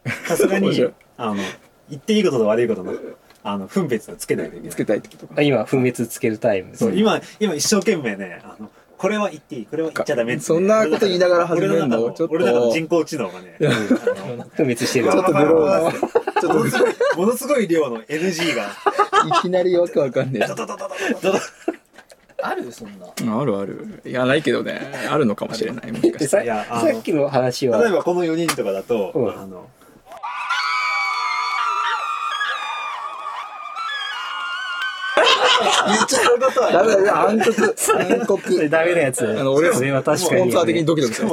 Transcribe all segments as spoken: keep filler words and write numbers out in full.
さすがにあの言っていいことと悪いことのあの分別をつけないといけない。 つけたいってことか。 今分別つけるタイム。 そう、今今一生懸命ね、あのこれは言っていい、これは言っちゃダメって、ね、 そんなこと言いながら始めるのちょっと俺の中の人工知能がね、 分別してる。 ちょっとブローちょっとものすごい量の エヌジー がいきなりわけわかんねえ。 ドドドドドドあるそんな。 あるある。いやないけどね、あるのかもしれない。もしかしたら。 いやさっきの話は例えばこのよにんとかだと、 うん、 あの言っちゃうことはダメだよ、暗黒暗黒ダメなやつ。 あの俺それは確かに、 スポンサー的にドキドキする。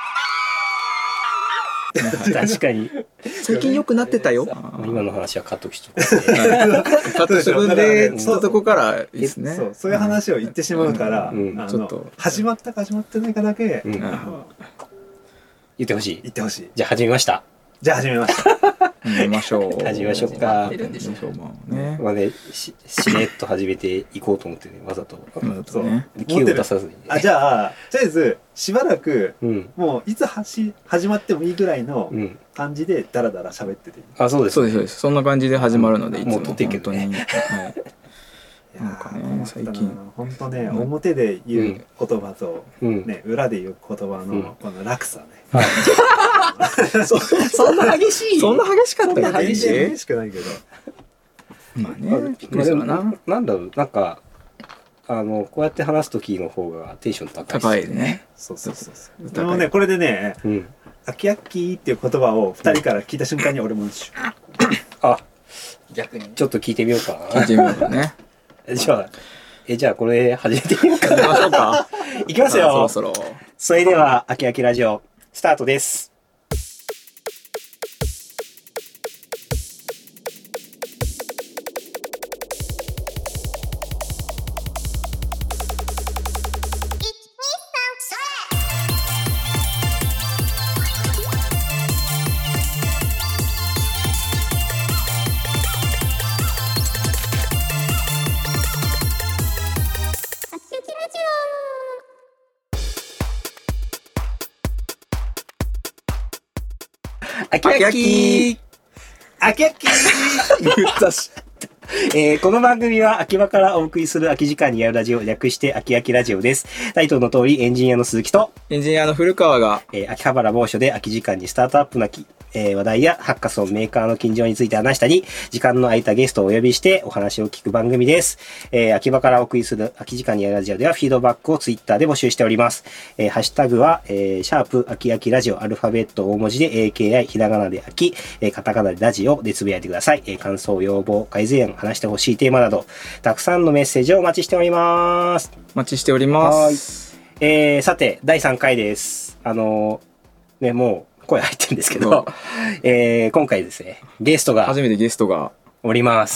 確かに最近良くなってたよ。 今の話はカットしとく。 カットして分でつったとこからいいですね。 そうそういう話を言ってしまうから、 うんうん、 あのちょっと始まったか始まってないかだけ、 うん、言ってほしい。 言ってほしい。 じゃあ始めました。 じゃあ始めました。 始めましょう。 始めましょうか。 始めましょう。 まあね。 まあね、し、しれっと始めていこうと思ってね、わざと。 そう。 気を出さずに、ね。 あ、じゃあ、とりあえず、しばらく、 うん、もういつはし始まってもいいぐらいの感じで、だらだら喋ってていい。 あ、そうです。 そうです、そうです。そんな感じで始まるので、いつも。 もう撮っていけどね。 はい。なんかね、最近。 本当ね、表で言う言葉と、ね、裏で言う言葉のこの落差ね。 はい。そ, そんな激しいそんな激しかった激しい激しくないけど。 まあね、びっくりするな。 なんだろう、なんか、あの、こうやって話す時の方がテンション高いですね。 高いね。 そうそうそうそう。でもね、これでね、 うん、 アキアッキーっていう言葉を二人から聞いた瞬間に俺も一緒。 あ、 逆に。 ちょっと聞いてみようかな。 聞いてみようかね。 じゃあ、え、じゃあこれ始めてみようかな。 行きましょうか。 いきますよ。 そろそろ。 それでは、アキアキラジオ、スタートです。アキアキアキアキ言ったし。 えー、この番組は秋葉からお送りする空き時間にやるラジオ、略して秋秋ラジオです。タイトルの通りエンジニアの鈴木とエンジニアの古川が、 えー、秋葉原某所で空き時間にスタートアップなき、えー、話題やハッカソンメーカーの近所について話したり、時間の空いたゲストをお呼びしてお話を聞く番組です。えー、秋葉からお送りする空き時間にやるラジオではフィードバックをツイッターで募集しております。えー、ハッシュタグは、えー、シャープ秋秋ラジオ、アルファベット大文字で エーケーアイ、ひらがなで秋、えー、カタカナでラジオでつぶやいてください。えー、感想、要望、改善案、話してほしいテーマなど、たくさんのメッセージをお待ちしております。 お待ちしております。 えー、さて、だいさんかいです。あのー、ね、もう声入ってるんですけど、えー、今回ですね、ゲストが、 初めてゲストがおります。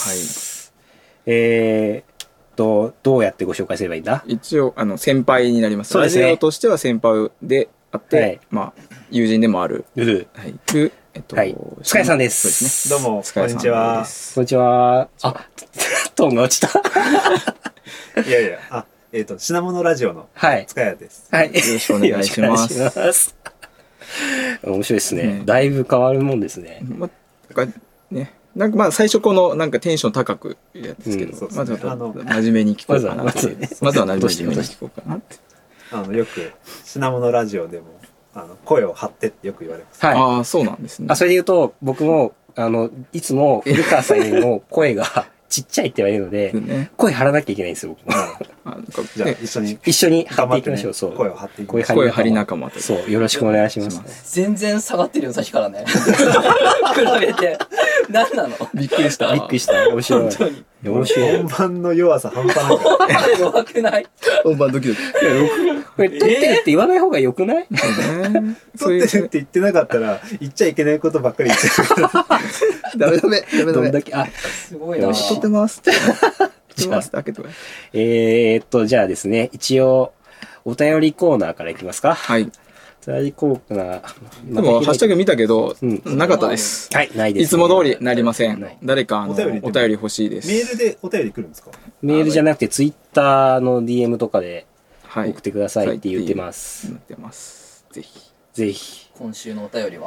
はい、えーと、どうやってご紹介すればいいんだ？ 一応、あの、先輩になります。 そうですね。 ラジオとしては先輩であって、はい、まあ、友人でもある。 ルル。 はい。る、えっと、 はい。スカイさんです。 そうですね。どうも、こんにちは。 こんにちは。あ、トーンが落ちた。 いやいや、あ、えっと、品物ラジオの、はい。塚谷です。 はい。 よろしくお願いします。 ます面白いですね、ね。だいぶ変わるもんですね。 ま、なんかね、なんかまあ最初このなんかテンション高くやつですけど、うん、まずは真面目に聞こうかなって。まずは真面目に聞こうかなって。 あの、よく、品物ラジオでも、あの、声を張ってってよく言われます。 はい。ああ、そうなんですね。 あ、それで言うと、僕も、あの、いつも、古川さんよりも声がちっちゃいって言われるので、ね、声張らなきゃいけないんですよ、僕も。 じゃあ、一緒に。 一緒に張っていきましょう、そう。 声を張っていきましょう。声張り仲間と。 そう、よろしくお願いします。 全然下がってるよ、さっきからね。比べて。何なの？ びっくりした。 びっくりした。面白い。 本当に。 面白い。 本番の弱さ半端ないから。 弱くない？ 本番ドキドキ。 これ、撮ってるって言わない方が良くない？ 撮ってるって言ってなかったら、言っちゃいけないことばっかり言っちゃう。ダメダメ。ダメダメ。 どんだけ、あ、 すごいな。 撮ってます。撮ってます。だけど。 えーっと、じゃあですね、一応、お便りコーナーからいきますか。 はい。 お便りコーナー。 でも、ハッシュタグ見たけど、なかったです。 はい、ないです。 いつも通りなりません。誰か、あの、お便り欲しいです。 メールでお便り来るんですか？ メールじゃなくて、ツイッターの ディーエム とかで送ってくださいって言ってます。 言ってます。ぜひ。 ぜひ。 今週のお便りは？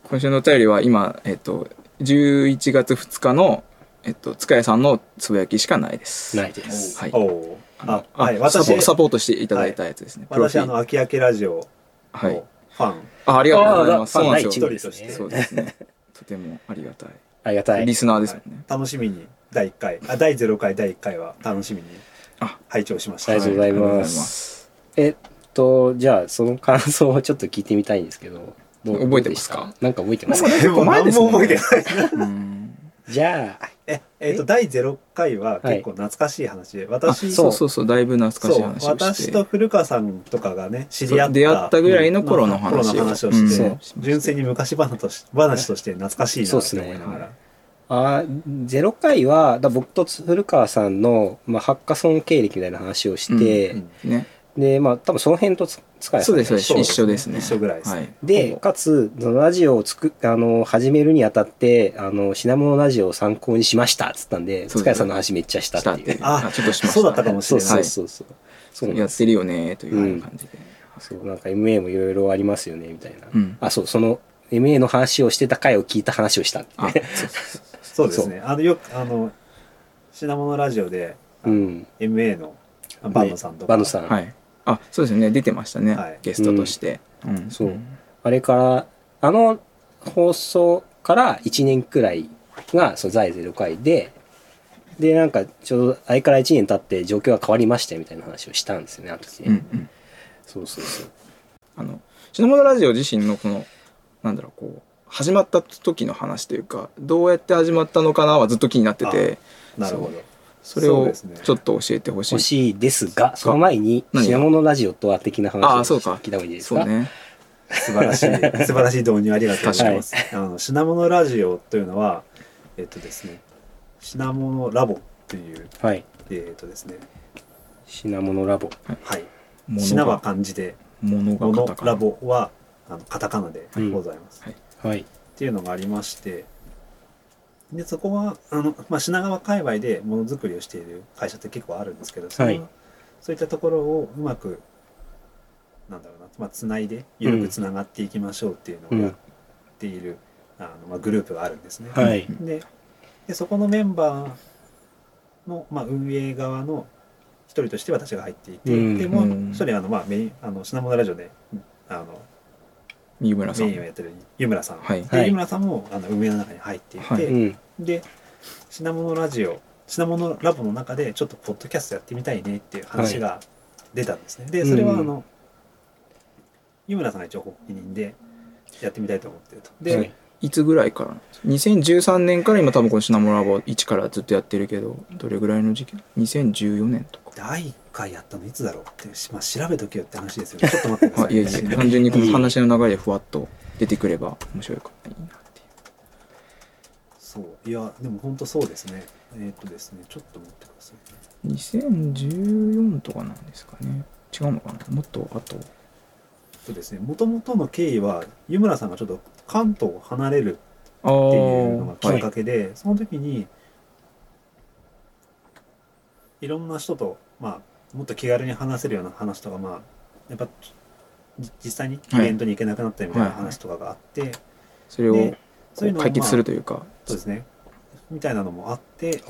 今週のお便りは今、えっと、じゅういちがつふつかの、えっと、塚谷さんのつぶやきしかないです。 ないです。 はい。 おあ、はい、私サポ、サポートしていただいたやつですね。 はい、私、あの、秋明けラジオのファン。 はい、あ、ありがとうございます。 そうなんですよ。一人として。 そうですね。とてもありがたい。 ありがたい。 リスナーですもんね。 はい、楽しみに、だいいっかい、あ、だいゼロかいだいいっかいは楽しみに拝聴しました。 ありがとうございます。えっと、じゃあ、その感想をちょっと聞いてみたいんですけど、 どう覚えてますか？ なんか覚えてますか？ でも何も覚えてない。 じゃあ、 え、えっと、だいゼロかいは結構懐かしい話で、私、 そうそうそう、だいぶ懐かしい話をして。 私と古川さんとかがね、知り合った。 出会ったぐらいの頃の話を。 頃の話をして、純粋に昔話とし話として懐かしいなって思いながら。 あゼロかいはだ僕と古川さんの、まあ、ハッカソン経歴みたいな話をして、うんうんね、でまあ多分その辺と塚谷さんそうです一緒ですね一緒ぐらいですね、 はい、でかつそのラジオをつくあの始めるにあたってあの品物ラジオを参考にしましたっつったんで塚谷さんの話めっちゃしたっていう、 あちょっとしました、ね、そうだったかもしれないそうそうそうそうやってるよねという感じで、 うん、そうなんか エムエー もいろいろありますよねみたいな、うん、あそうその エムエー の話をしてた回を聞いた話をしたってねそうですね。あのよくあの品物ラジオで、うん、エムエー のバンドさんとか、 バンドさん、 はい、あそうですね出てましたね、はい、ゲストとして、 うんうん、そうあれからあの放送からいちねんくらいがそうだいゼロかいででなんかちょうどあれからいちねん経って状況が変わりましたみたいな話をしたんですよねあの時ね、うんうん、そうそうそうあの品物ラジオ自身のこのなんだろうこう始まった時の話というかどうやって始まったのかなはずっと気になってて、 なるほどそ, それをちょっと教えてほしい、 欲しいですがその前に品物ラジオとは的な話を聞いた方がいいですか？ そうね素晴らしい素晴らしい導入ありがとうございます、はい、あの品物ラジオというのはえっとですね品物ラボという、はい、えっとですね品物ラボはい、品は漢字で物がカタカナラボはあのカタカナでございます、 うんはいはい、 っていうのがありましてでそこはあの、まあ、品川界隈でものづくりをしている会社って結構あるんですけどその、はい、そういったところをうまくなんだろうな、まあ、つないで緩くつながっていきましょうっていうのをやっている、うん、あのまあ、グループがあるんですね、 はい、 で, でそこのメンバーの、まあ、運営側の一人として私が入っていて、うん、でもう一人あの、まあ、メインあの品物ラジオであの湯村さんメインをやってる湯村さん、はい、で湯村さんもあの運営の中に入っていて、はい、で品物ラジオ品物ラボの中でちょっとポッドキャストやってみたいねっていう話が出たんですね、はい、でそれはあの、うん、湯村さんが一応発起人でやってみたいと思ってるとで、はい、 いつぐらいからにせんじゅうさんねんから今多分この品物ラボいちからずっとやってるけどどれぐらいの時期にせんじゅうよねんとかだいいっかいやったのいつだろうって、まあ、調べとけよって話ですよねちょっと待ってください、ね、 いやいや単純にこの話の流れでふわっと出てくれば面白いかないいなっていうそういやでも本当そうですねえー、っとですねちょっと待ってください、 ね、にせんじゅうよんとかなんですかね違うのかなもっとあとそうですねもともとの経緯は湯村さんがちょっと関東を離れるっていうのがきっかけで、はい、その時にいろんな人と、まあ、もっと気軽に話せるような話とか、まあ、やっぱ実際にイベントに行けなくなったみたいな話とかがあって、はいはいはい、 それをそういうのを、まあ、解決するというかそうですねみたいなのもあって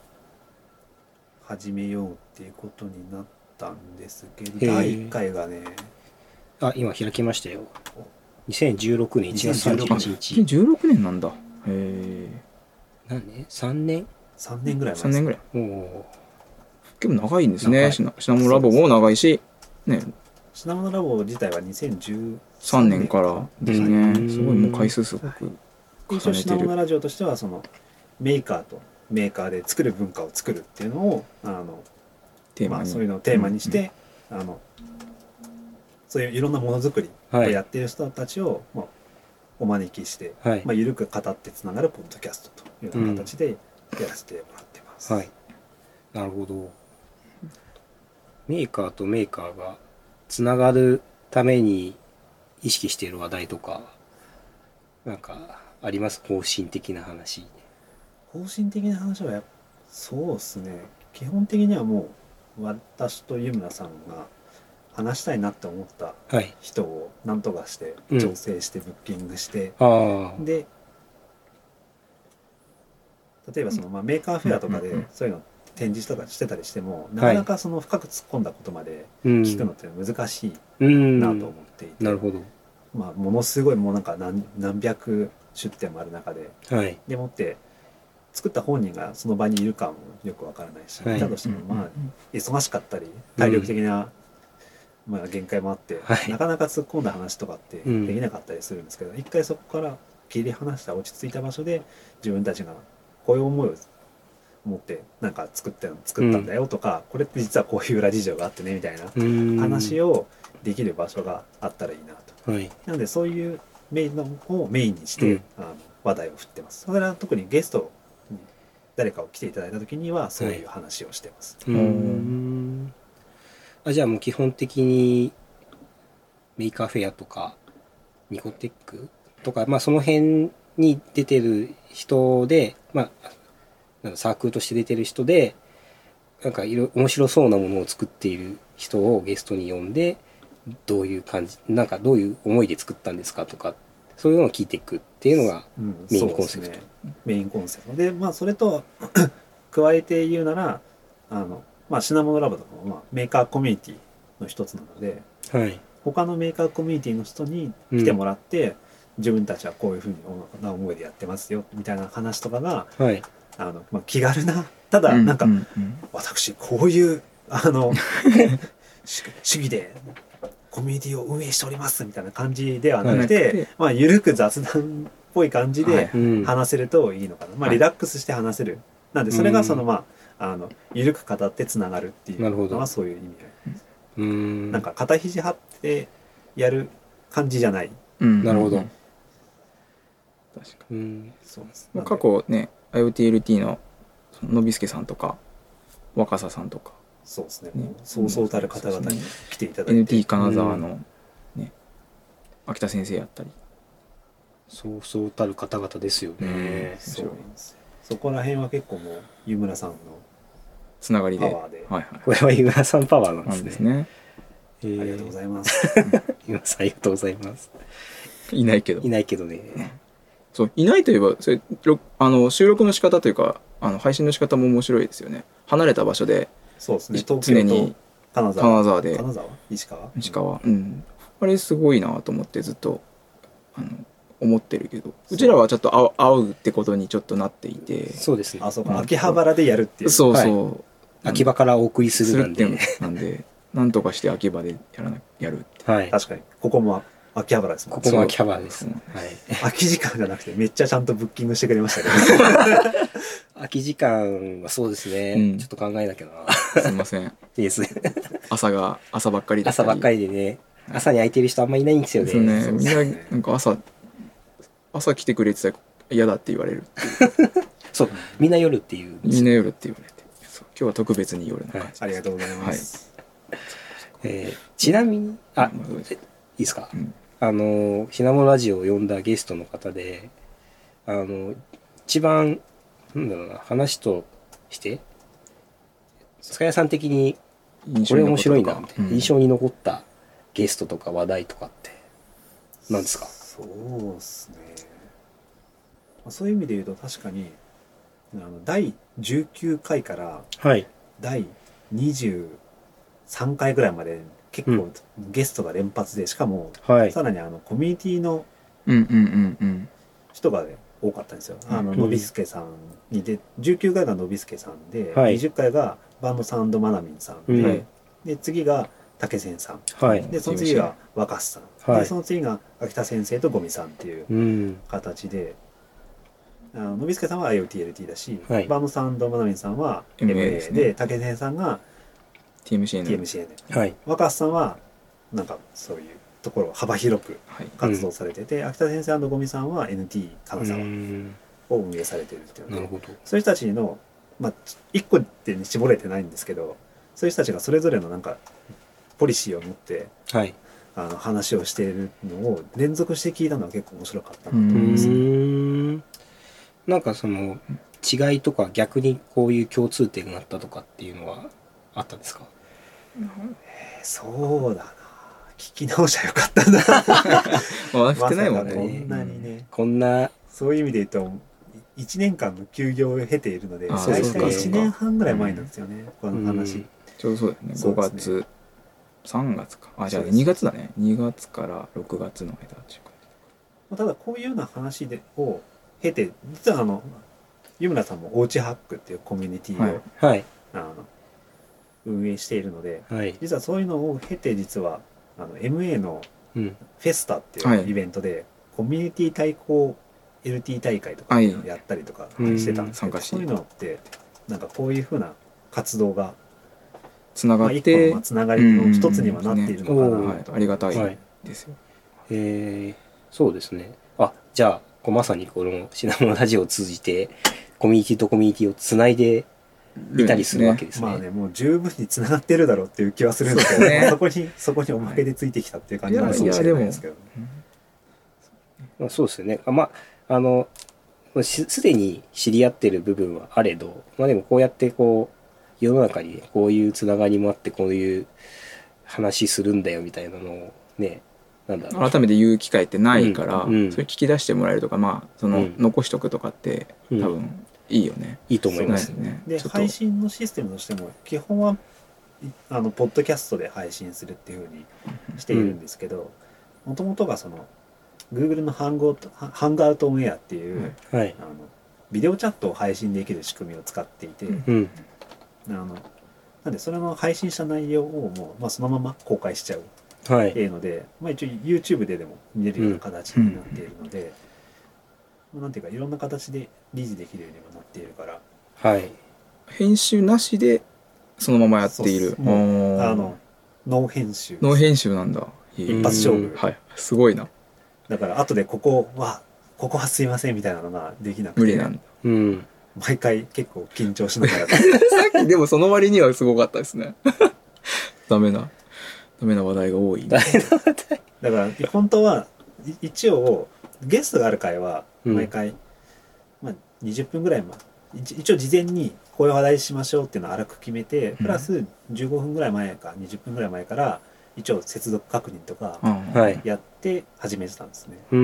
始めようっていうことになったんですけどだいいっかいがねあ今開きましたよにせんじゅうろくねんいちがつさんじゅういちにちにせんじゅうろくねんなんだへえ何年さんねんさんねんぐらい前さんねんぐらいお結構長いんですね品物ラボも長いしね品物ラボ自体はにせんじゅうさんねんからですねすごいもう回数すごく重ねてる品物ラジオとしてはそのメーカーとメーカーで作る文化を作るっていうのをあのテーマに、まあ、そういうのをテーマにして、うんうん、あのそういういろんなものづくりをやっている人たちを、まあ、お招きして、はいまあ、緩く語ってつながるポッドキャストというような形でやらせてもらってます、 うんはい、なるほどメーカーとメーカーがつながるために意識している話題とかなんかあります方針的な話方針的な話はやそうですね基本的にはもう私と湯村さんが話したいなって思った人を何とかして調整してブッキングして、うん、で例えばその、まあ、メーカーフェアとかでそういうの展示とかしてたりしても、なかなかその深く突っ込んだことまで聞くのって難しいなと思っていて、 なるほど、 まあ、ものすごいもうなんか 何, 何百出店もある中で、はい、でもって作った本人がその場にいるかもよくわからないし、はい、いたとしてもまあ忙しかったり体力的な、うん、まあ、限界もあって、はい、なかなか突っ込んだ話とかってできなかったりするんですけど、うん、一回そこから切り離した落ち着いた場所で自分たちがこういう思いを持ってなんか作った作ったんだよとか、うん、これって実はこういう裏事情があってねみたいな話をできる場所があったらいいなと、はい、なのでそういうメインのをメインにして、うん、あの話題を振ってます。それは特にゲストに誰かを来ていただいた時にはそういう話をしてます、はい、うーんあじゃあもう基本的にメーカーフェアとかニコテックとか、まあ、その辺に出てる人で、まあ、なんかサークルとして出てる人でなんかいろ面白そうなものを作っている人をゲストに呼んで、どういう感じなんかどういう思いで作ったんですかとか、そういうのを聞いていくっていうのがメインコンセプト、うん、 ね、メインコンセプトで、まあ、それと加えて言うならあの、まあ、品物ラボとかも、まあ、メーカーコミュニティの一つなので、はい、他のメーカーコミュニティの人に来てもらって、うん、自分たちはこういうふうにな思いでやってますよみたいな話とかが、はい、あのまあ、気軽な、ただなんか、うんうんうん、私こういうあの主義でコミュニティを運営しておりますみたいな感じではなくて、はい、まあ、緩く雑談っぽい感じで話せるといいのかな、はい、まあ、リラックスして話せる、なんでそれがその、まあ、あの緩く語ってつながるっていうのはそういう意味合いです。うーん、なんか肩肘張ってやる感じじゃない、 うん、なるほど、 確かに、うん、そうです。過去ね アイオーティーエルティー ののびすけさんとか若狭さんとか、 そうですね、ね、そうそうたる方々に来ていただいて、 エヌティー 金沢の、ね、秋田先生やったり、 そうそうたる方々ですよね、うん、 そうなんです。そこら辺は結構もう湯村さんのつながりで、 パワーで、 はいはい、これは湯村さんパワーなんですね。ですね、 えー、ありがとうございます。 湯村さんありがとうございます。 いないけどいないけどね。 そういないといえばそれあの収録の仕方というかあの配信の仕方も面白いですよね。離れた場所で、 そうですね、東京と常に金沢、 金沢で金沢石川石川、うん、あれすごいなと思ってずっとあの思ってるけど、うちらはちょっと会うってことにちょっとなっていて、 そうですね、 あそうか、秋葉原でやるっていう、 そうそう、はい、 秋葉からお送りするなんでなんでなんとかして秋葉でやらなやるって、 はい、確かにここも秋葉原ですもんね。ここも秋葉原です、はい、 空き時間じゃなくてめっちゃちゃんとブッキングしてくれましたけど空き時間はそうですね、うん、ちょっと考えなきゃな。 すいません。いいですね。 朝が朝ばっかりだったり、 朝ばっかりでね、朝に空いてる人あんまりいないんですよね。 そうね、みんななんか朝朝来てくれてたら嫌だって言われるそう、みんな夜っていう。 みんな夜って言われて、そう今日は特別に夜な感じ、はい、 ありがとうございます。 はい、えー、ちなみにあ、いいですか。うん、あのひなもラジオを呼んだゲストの方で、あの一番なんだろうな、話として塚谷さん的にこれ面白いなみたいな、うん、印象に残ったゲストとか話題とかって何ですか？ そうですね、そういう意味で言うと確かにあのだいじゅうきゅうかいからだいにじゅうさんかいぐらいまで結構ゲストが連発で、しかもさらにあのコミュニティの人が多かったんですよ。あののびすけさんにでじゅうきゅうかいがのびすけさんで、はい、にじゅっかいがバンドサウンドマナミンさんで、うん、で次が竹仙さん、はい、でその次が若狭さん、はい、でその次が秋田先生とゴミさんっていう形で、うん、あののびすけさんは アイオーティーエルティー だし、はい、バンドサウンドマナミンさんは エムエー で、 ですね、竹仙さんが ティーエムシーエヌ で、はい、若狭さんはなんかそういうところ幅広く活動されてて、はい、うん、秋田先生&ゴミさんは エヌティー 金沢を運営されてるっていうので、なるほど、そういう人たちの、まあ、いっこで絞れてないんですけど、そういう人たちがそれぞれのなんかポリシーを持って、はい、あの話をしているのを連続して聞いたのは結構面白かったなと思います、ね、うーん、 なんかその違いとか逆にこういう共通点があったとかっていうのはあったんですか？ えーそうだな。聞き直しゃよかったな。 まあ振ってないもんね。 こんなにね。 こんなそういう意味で言うといちねんかんの休業を経ているので、 あ大体そうかいちねんはんぐらい前なんですよね、この話。 うん、 ちょうどそうだよね。 そうごですねがつ、さんがつか。あ、じゃあそうですにがつだね。にがつからろくがつの間っていうか。 ただこういうような話でを経て、実はあの湯村さんもおうちハックっていうコミュニティを、 はいはいあの運営しているので、 はい、 実はそういうのを経て、実はあの エムエー のうんフェスタっていうイベントで、コミュニティ対抗 エルティー 大会とかやったりとかしてたんですけど、 うんそういうのってなんかこういうふうな活動がつながまあ、一個って、 のつながりの一つにはなっているのかな、 うんはい、ありがたいですよ。 えー、そうですね。あ、じゃあこうまさにこの品物ラジオを通じてコミュニティとコミュニティをつないでいたりするわけですね。 まあね、もう十分につながってるだろうっていう気はするんですけど、 そうですねまあそこにそこにおまけでついてきたっていう感じなのかもしれないですけど、ね、 まあ、そうですよね。あまああのしすでに知り合ってる部分はあれど、まあでもこうやってこう世の中にこういうつながりもあってこういう話するんだよみたいなのをね、なんだろう、 改めて言う機会ってないから、 うんうん、 それ聞き出してもらえるとか、まあその、うん、残しとくとかって多分、うんいいよね。 いいと思いますね。で配信のシステムとしても基本はあのポッドキャストで配信するっていうふうにしているんですけど、もともとがその Google のハングハングアウトオンエアっていう、 はい、 あのビデオチャットを配信できる仕組みを使っていて、 うん、 あのなんでそれの配信した内容をもう、まあ、そのまま公開しちゃうはい、 っていうので、まあ、一応 YouTube ででも見れるような形になっているので。うんなんていうかいろんな形で理事できるようにもなっているから、 はい、 編集なしでそのままやっている。 もうあのノー編集ノー編集なんだ。 一発勝負、 はい、すごいな。 だから後でここはここはすいませんみたいなのができなくて無理なんだ、 うん、 毎回結構緊張しながらさっきでもその割にはすごかったですねダメなダメな話題が多い、ね、 ダメな話題だから本当は一応ゲストがある回は毎回、うんまあ、にじゅっぷんぐらい、まあ、一応事前にこういう話題しましょうっていうのを粗く決めてプラスじゅうごふんぐらい前かにじゅっぷんぐらい前から一応接続確認とかやって始めてたんですね、 うん、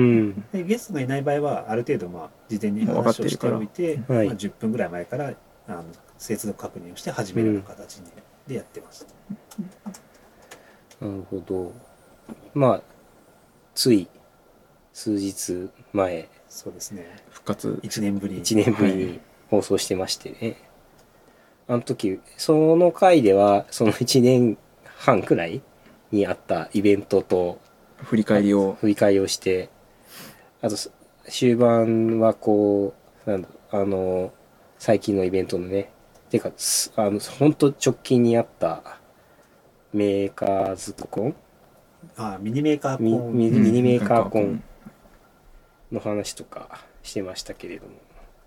でゲストがいない場合はある程度まあ事前に話をしておいて、まあ、じゅっぷんぐらい前からあの接続確認をして始めるような形にでやってました、 うん、なるほど。まあつい数日前そうですね復活いちねんぶりいちねんぶりに放送してましてね、はい、あの時その回ではそのいちねんはんくらいにあったイベントと振り返りを振り返りをしてあと終盤はこうなんだあの最近のイベントのねてかあの本当直近にあったメーカーズコンあミニメーカーコンミ, ミニメーカーコンの話とかしてましたけれども、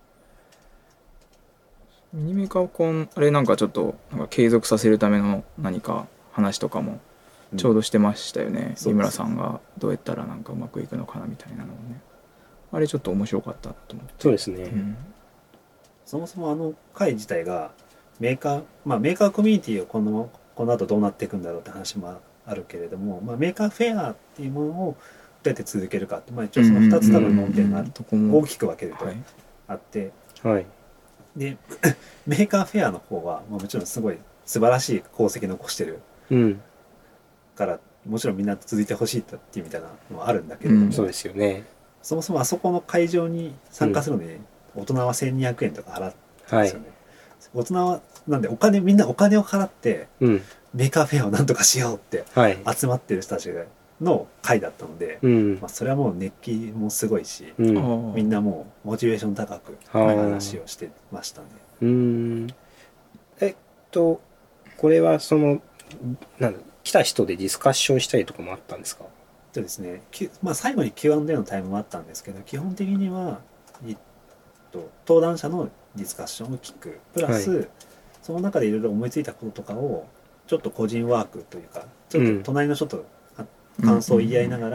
ミニメーカーコンあれなんかちょっとなんか継続させるための何か話とかもちょうどしてましたよね、うん、井村さんがどうやったらなんかうまくいくのかなみたいなのをねあれちょっと面白かったと思ってそうですね、うん、 そもそもあの回自体がメーカーまあメーカーコミュニティをこのこの後どうなっていくんだろうって話もあるけれども、まあ、メーカーフェアっていうものをどうやって続けるかって、まあ、一応そのふたつ多分論点があると大きく分けるとあって、 はい、 でメーカーフェアの方は、まあ、もちろんすごい素晴らしい功績残してる、 うん、 からもちろんみんな続いてほしいっていうみたいなのはあるんだけれども、うん、 そうですよね。 そもそもあそこの会場に参加するのに大人はせんにひゃくえんとか払ってますよね、はい、大人はなんでお金みんなお金を払って、うん、メーカーフェアをなんとかしようって集まってる人たちの会だったので、はいまあ、それはもう熱気もすごいし、うん、みんなもうモチベーション高く話をしてましたね。 うんえっとこれはそのなんだ来た人でディスカッションしたりとかもあったんですか？ そうですね、まあ、最後に キューアンドエー のタイムもあったんですけど基本的には、えっと、登壇者のディスカッションを聞くプラス、はい、その中でいろいろ思いついたこととかをちょっと個人ワークというかちょっと隣の人と感想を言い合いながら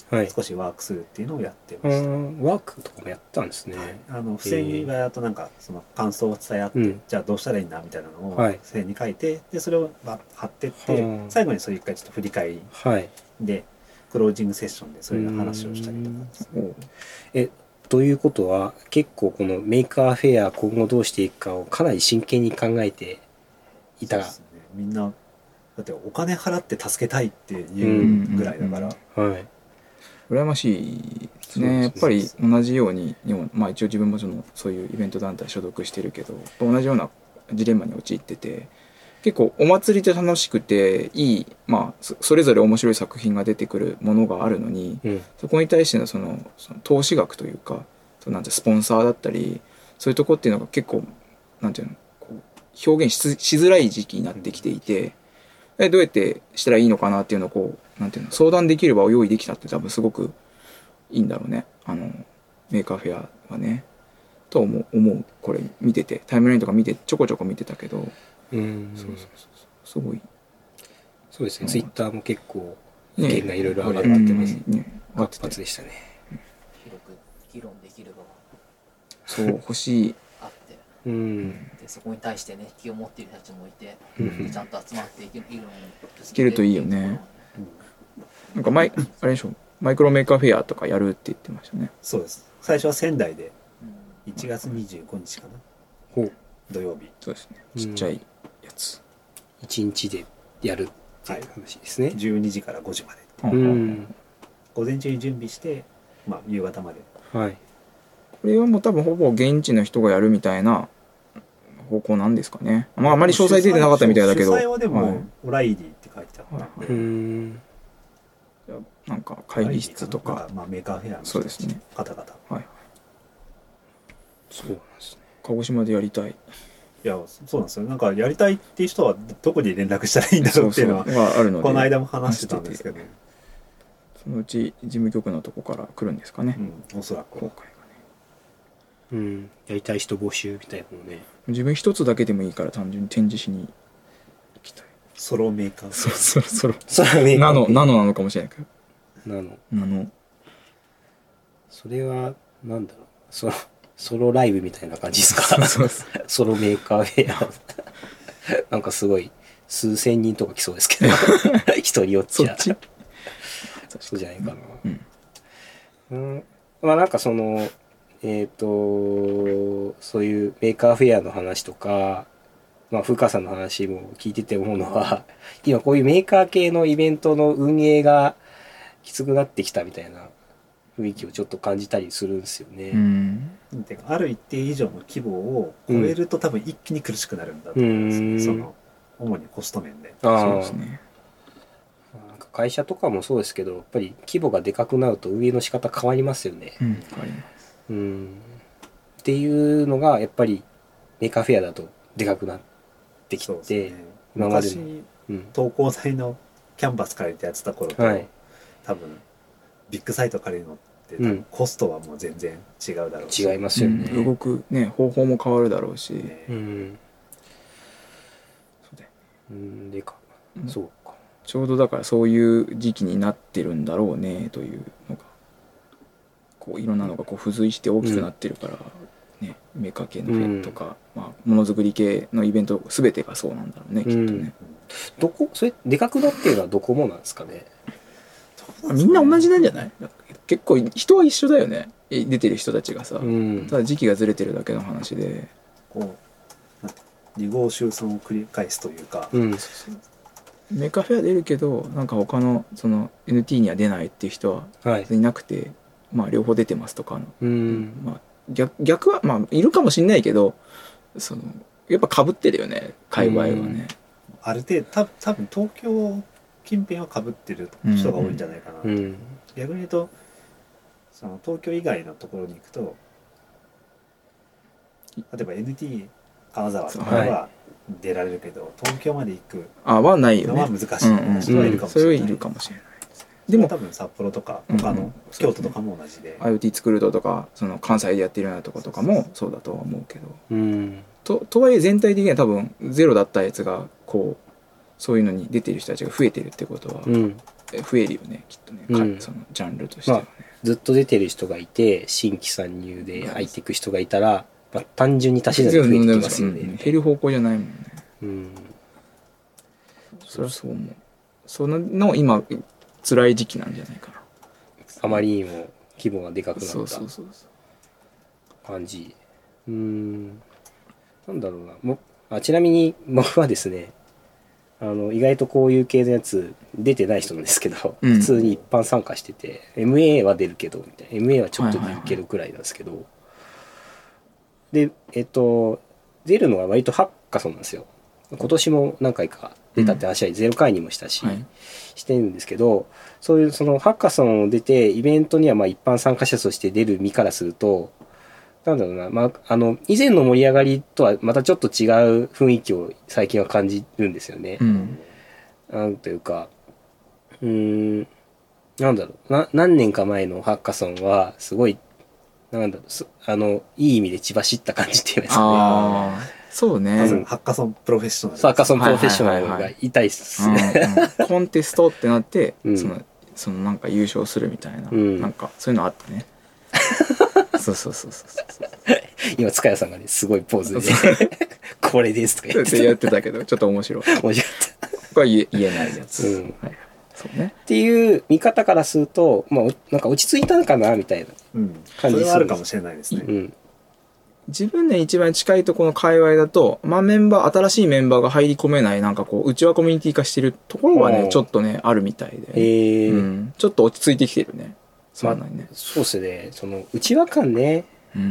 少しワークするっていうのをやってうました。 んワークとかもやったんですね。 あの付箋がとなんかその感想を伝え合って、 うんじゃあどうしたらいいんだみたいなのをはい付箋に書いて、でそれをバッ貼ってって、 はあ最後にそれ一回ちょっと振り返りはい。 でクロージングセッションでそういう話をしたりとかですね。 おうえ、ということは、結構このメーカーフェア今後どうしていくかをかなり真剣に考えていた。 そうですね、みんなだってお金払って助けたいっていうぐらいだから、 はい。 羨ましいですね。 そうですねやっぱり同じように日本、まあ一応自分もそのそういうイベント団体所属してるけど、同じようなジレンマに陥ってて、結構お祭りで楽しくていい、まあそそれぞれ面白い作品が出てくるものがあるのに、 うん。 そこに対してのそのその投資額というか、そのなんてスポンサーだったり、そういうとこっていうのが結構なんていうの、こう表現ししづらい時期になってきていて、でどうやってしたらいいのかなっていうのをこうなんていうの、相談できる場を用意できたって多分すごくいいんだろうね。あのメーカーフェアはね。と思う思うこれ見ててタイムラインとか見てちょこちょこ見てたけど、 うん。 そうそうそうそうすごいそうですね。ツイッターも結構意ね見がいろいろ上がっうんてます。 ね上がって活て発でしたね。 広く議論できる場がそう欲しい。 あってうん。 でそこに対してね気を持っている人たちもいてうんでちゃんと集まって議論をいけるといいよねなんかマイあれでしょマイクロメーカーフェアとかやるって言ってましたね。 そうです。最初は仙台でうんいちがつにじゅうごにちかな、 ほう。 土曜日そうですね。ちっちゃいやつ。 一日でやるっていう話ですね。 じゅうにじからごじまで、 ううんん。 午前中に準備して、まあ、夕方まで。 はい。 これはもう多分ほぼ現地の人がやるみたいな方向なんですかね。まああまり詳細出てなかったみたいだけど。 主催はでも、 はいオライリーって書いてあったんで、 うん。 なんか会議室とかオライリーかな、まあ、メーカーフェアの人そうですね方々。 はいそうなんですね。 鹿児島でやりたい。 いや、そうなんですよ。なんかやりたいっていう人はどこに連絡したらいいんだろそううっていうのは、 があるので。 この間も話してたんですけど、 そのうち事務局のとこから来るんですかね。 うん、おそらくは。 公開がね。 うん。やりたい人募集みたいなのね。 自分一つだけでもいいから単純に展示しに行きたい。 ソロメーカー。 そうそうそう。 それはね、 ナノナノなのかもしれないけど。 なの。 ナノ。 それは、なんだろう。ソロ、ソロライブみたいな感じですかそうそうソロメーカーフェア。なんかすごい、数千人とか来そうですけど。人によっちゃ。 そっち。 そうじゃないかな。 うん。 うん。まあなんかその、えっ、と、そういうメーカーフェアの話とか、まあ、風川さんの話も聞いてて思うのは、今こういうメーカー系のイベントの運営がきつくなってきたみたいな雰囲気をちょっと感じたりするんですよね。 うん。 てかある一定以上の規模を超えると多分一気に苦しくなるんだと思うんですよ、 うんその主にコスト面で。 ああそうですね。 なんか会社とかもそうですけど、やっぱり規模がでかくなると運営の仕方変わりますよね。 うん。変わります。 うん。っていうのがやっぱりメーカーフェアだとでかくなってきて、 そうですね、 今まで昔のうん。 東工大のキャンバス借りてやってた頃と、 はい多分ビッグサイト借りるのって多うん分コストはもう全然違うだろうし、 違いますよね。 うん動くね方法も変わるだろうし。 ねうん。 そうだようん、でか。 うんそうか。 ちょうどだからそういう時期になってるんだろうねというのがこういろんなのがこう付随して大きくなってるから、ね、メーカー系のフェアとか、まあ、ものづくり系のイベント全てがそうなんだろうねきっとね、 どこ、それ、でかくなっていうのはどこもなんですかね。 みんな同じなんじゃない？結構人は一緒だよね出てる人たちがさ、 うん。 ただ時期がずれてるだけの話で、 こうなんて離合集散を繰り返すというか、 うん。 メーカーフェア出るけどなんか他のその エヌティー には出ないっていう人ははい。 いなくて、まあ両方出てますとかの、 うん。 まあ、逆逆はまあいるかもしんないけどそのやっぱ被ってるよね界隈はね、 ある程度た多分東京近辺は被ってる人が多いんじゃないかな、 うん。 逆に言うとその東京以外のところに行くと例えば エヌティー 金沢とかは出られるけど、東京まで行くあはないよのはね難しい人はいるかもしれない、 それはいるかもしれないですねでも多分札幌とかうんうん他の京都とかも同じで、 IoT 作るとかその関西でやってるようなとことかもそうだとは思うけどうん。 ととはいえ全体的には多分ゼロだったやつがこうそういうのに出てる人たちが増えてるってことは、 うん。 増えるよねきっとね、 うん、 そのジャンルとしてはね、 まあ、ずっと出てる人がいて新規参入で入っていく人がいたら、まあ、単純に足し算で増えてきますよね、 うん、減る方向じゃないもんね。 うん、 そりゃそう思う。そのの今辛い時期なんじゃないかな。 あまりにも規模がでかくなったそうそうそうそう感じ。うーん、なんだろうな。もあちなみに僕はですね、あの意外とこういう系のやつ出てない人なんですけど、 うん、 普通に一般参加してて エムエー は出るけどみたいな エムエー はちょっと出るけどくらいなんですけど、はいはいはい、でえっと出るのは割とハッカソンなんですよ。今年も何回か出たって話はゼロ回にもしたし、うんはい、してるんですけど、そういうそのハッカソンを出てイベントにはまあ一般参加者として出る身からすると、なんだろうな、まあ、あの以前の盛り上がりとはまたちょっと違う雰囲気を最近は感じるんですよね。 うん、 なんというか、うーん、なんだろうな、何年か前のハッカソンはすごいなんだろう、あのいい意味で血走った感じっていうんですかね。 あそうね、 うん、ハッカソンプロフェッショナル、 ハッカソンプロフェッショナルが痛いっすね。 コンテストってなって、 うん、 そのそのなんか優勝するみたいな、 うん、 なんかそういうのあったね。そうそうそうそう今塚谷さんがねすごいポーズでこれですとか言ってやってたけどちょっと面白い。 面白かった。 これは言え、言えないやつ。 うん、 はい、そうね。 っていう見方からすると、まあなんか落ち着いたのかなみたいな感じです、うん、 それはあるかもしれないですね。 うん、 自分で一番近いところの界隈だと、まあメンバー新しいメンバーが入り込めないなんかこう内輪コミュニティ化してるところがねちょっとねあるみたいで、 へえ、 うん、ちょっと落ち着いてきてるね。そうなんね。 まあ、そうですね。その内輪感ね。 うん。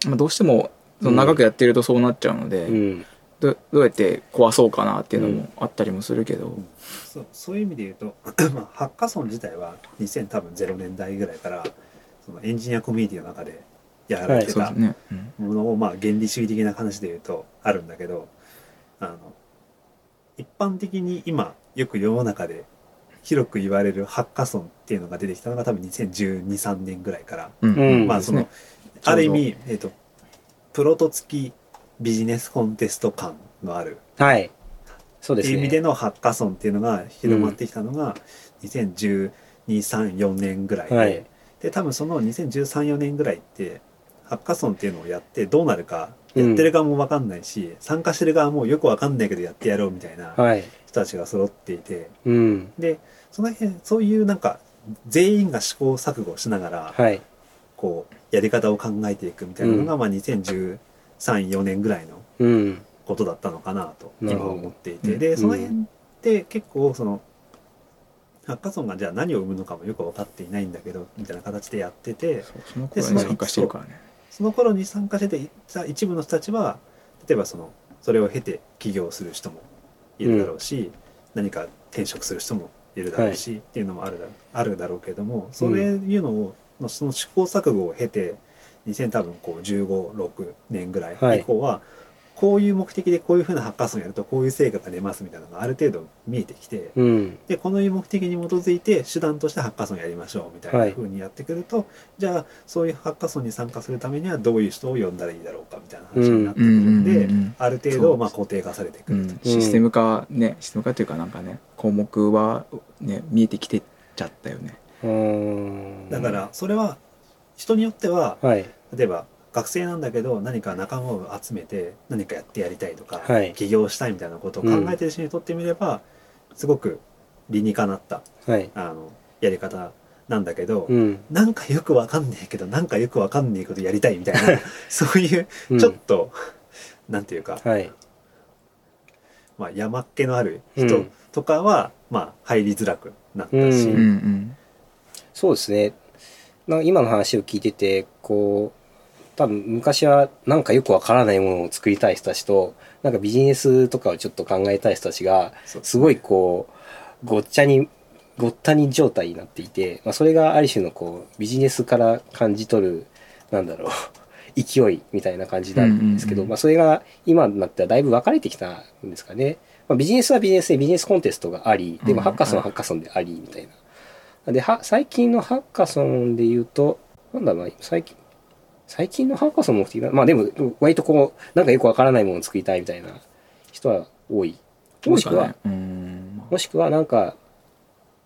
まあどうしてもその長くやってるとそうなっちゃうので、うん、ど, どうやって壊そうかなっていうのもあったりもするけど、うん、 そう, そういう意味で言うと、まあ、ハッカソン自体はにせん多分ゼロねんだいぐらいからそのエンジニアコミュニティの中でやられてたものを、まあ原理主義的な話で言うとあるんだけど、あの一般的に今よく世の中で広く言われるハッカソンっていうのが出てきたのが多分にせんじゅうに、さんねんぐらいから、うん、まあその、ね、ある意味、えーと、プロト付きビジネスコンテスト感のある、 はい、そうですね。 っていう意味でのハッカソンっていうのが広まってきたのがにせんじゅうに、さん、よねんぐらいで、はい、で多分そのにせんじゅうさん、よねんぐらいってハッカソンっていうのをやってどうなるかやってる側も分かんないし、うん、参加してる側もよく分かんないけどやってやろうみたいな人たちが揃っていて、 うん、 でその辺そういうなんか全員が試行錯誤しながら、 はい、 こうやり方を考えていくみたいなのが、うん、まあにせんじゅうさん、よねんぐらいのことだったのかなと今思っていて、うん、でその辺って結構そのハッカソンがじゃあ何を生むのかもよく分かっていないんだけどみたいな形でやってて、 その頃に参加してるからね。 その頃に参加してて一部の人たちは例えばそのそれを経て起業する人もいるだろうし、うん、何か転職する人もいるだろうし、はい、っていうのもあるだあるだろうけれども、そういうのを、うん、その試行錯誤を経てにせん多分こうじゅうご、ろくねんぐらい以降は、はい、こういう目的でこういうふうなハッカソンやるとこういう成果が出ますみたいなのがある程度見えてきて、 うん、 でこの目的に基づいて手段としてハッカソンやりましょうみたいなふうにやってくると、はい、じゃあそういうハッカソンに参加するためにはどういう人を呼んだらいいだろうかみたいな話になってくるんで、うん、ある程度まあ固定化されてくる、うん、 システム化ね、システム化というかなんかね項目はね見えてきてちゃったよね。 うーん、 だからそれは人によっては、 はい、 例えば学生なんだけど何か仲間を集めて何かやってやりたいとか、 はい、 起業したいみたいなことを考えてる人にとってみれば、うん、すごく理にかなった、 はい、 あのやり方なんだけど、 うん、 なんかよくわかんねえけどなんかよくわかんねえことやりたいみたいなそういうちょっと、うん、なんていうか、 はい、 まあ、山っ気のある人とかは、うん、まあ入りづらくなったし、うんうんうん、そうですね。今の話を聞いててこう多分昔はなんかよくわからないものを作りたい人たちとなんかビジネスとかをちょっと考えたい人たちがすごいこうごっちゃにごったに状態になっていて、まあ、それがある種のこうビジネスから感じ取るなんだろう勢いみたいな感じなんですけど、まあ、それが今になってはだいぶ分かれてきたんですかね。まあ、ビジネスはビジネスでビジネスコンテストがありでもハッカソンはハッカソンでありみたいな。では最近のハッカソンで言うとなんだろうな最近最近のハッカソンの目的がまあでも割とこうなんかよくわからないものを作りたいみたいな人は多い。もしくは、 ね、うんもしくはなんか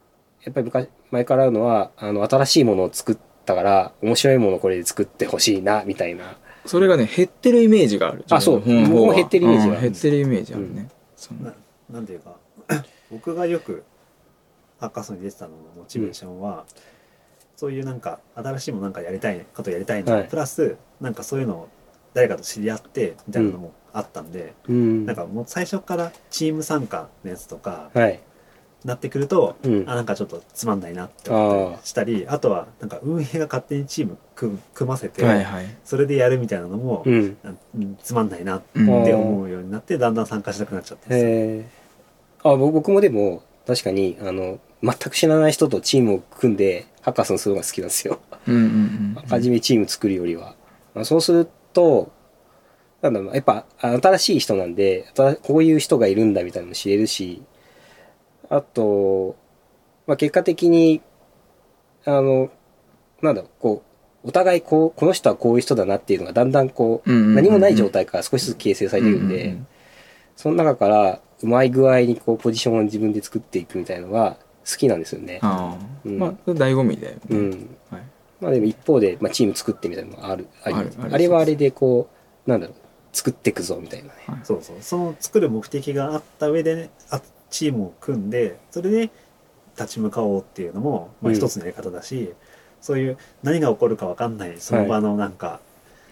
やっぱり昔前からあるのはあの新しいものを作ったから面白いものをこれで作ってほしいなみたいな。 それがね減ってるイメージがある。 あそう僕も減ってるイメージがある、 うん、減ってるイメージあるね、うん、そななんていうか僕がよくハッカソンに出てたののモチベーションは、うん、そういうなんか新しいものなんかやりたいことやりたいの、はい、プラスなんかそういうのを誰かと知り合ってみたいなのもあったんで、うん、なんかもう最初からチーム参加のやつとか、はい、なってくると、うん、あなんかちょっとつまんないなって思ったりしたり あ, あとはなんか運営が勝手にチーム組ませて、はいはい、それでやるみたいなのも、うん、つまんないなって思うようになってだんだん参加しなくなっちゃったんですよ。 あ僕もでも確かにあの全く知らない人とチームを組んでハッカソンするのが好きなんですよ。うんうんうん、はじめチーム作るよりは、まあ、そうするとなんだろうやっぱ新しい人なんでこういう人がいるんだみたいなのも知れるし、あと、まあ、結果的にあのなんだろうこうお互いこうこの人はこういう人だなっていうのがだんだんこう、うんうんうんうん、何もない状態から少しずつ形成されてるんで、うんうんうん、その中からうまい具合にこうポジションを自分で作っていくみたいなのが好きなんですよね。 あ、うん、まあ醍醐味だよね。うん、 はい、まあでも一方で、まあ、チーム作ってみたいなのがあるありあるあれはあれでこうなんだろう作っていくぞみたいなね、 はい、そうそうその作る目的があった上で、ね、あチームを組んでそれで立ち向かおうっていうのも、まあ、一つのやり方だし、うん、そういう何が起こるか分かんないその場のなんか、はい、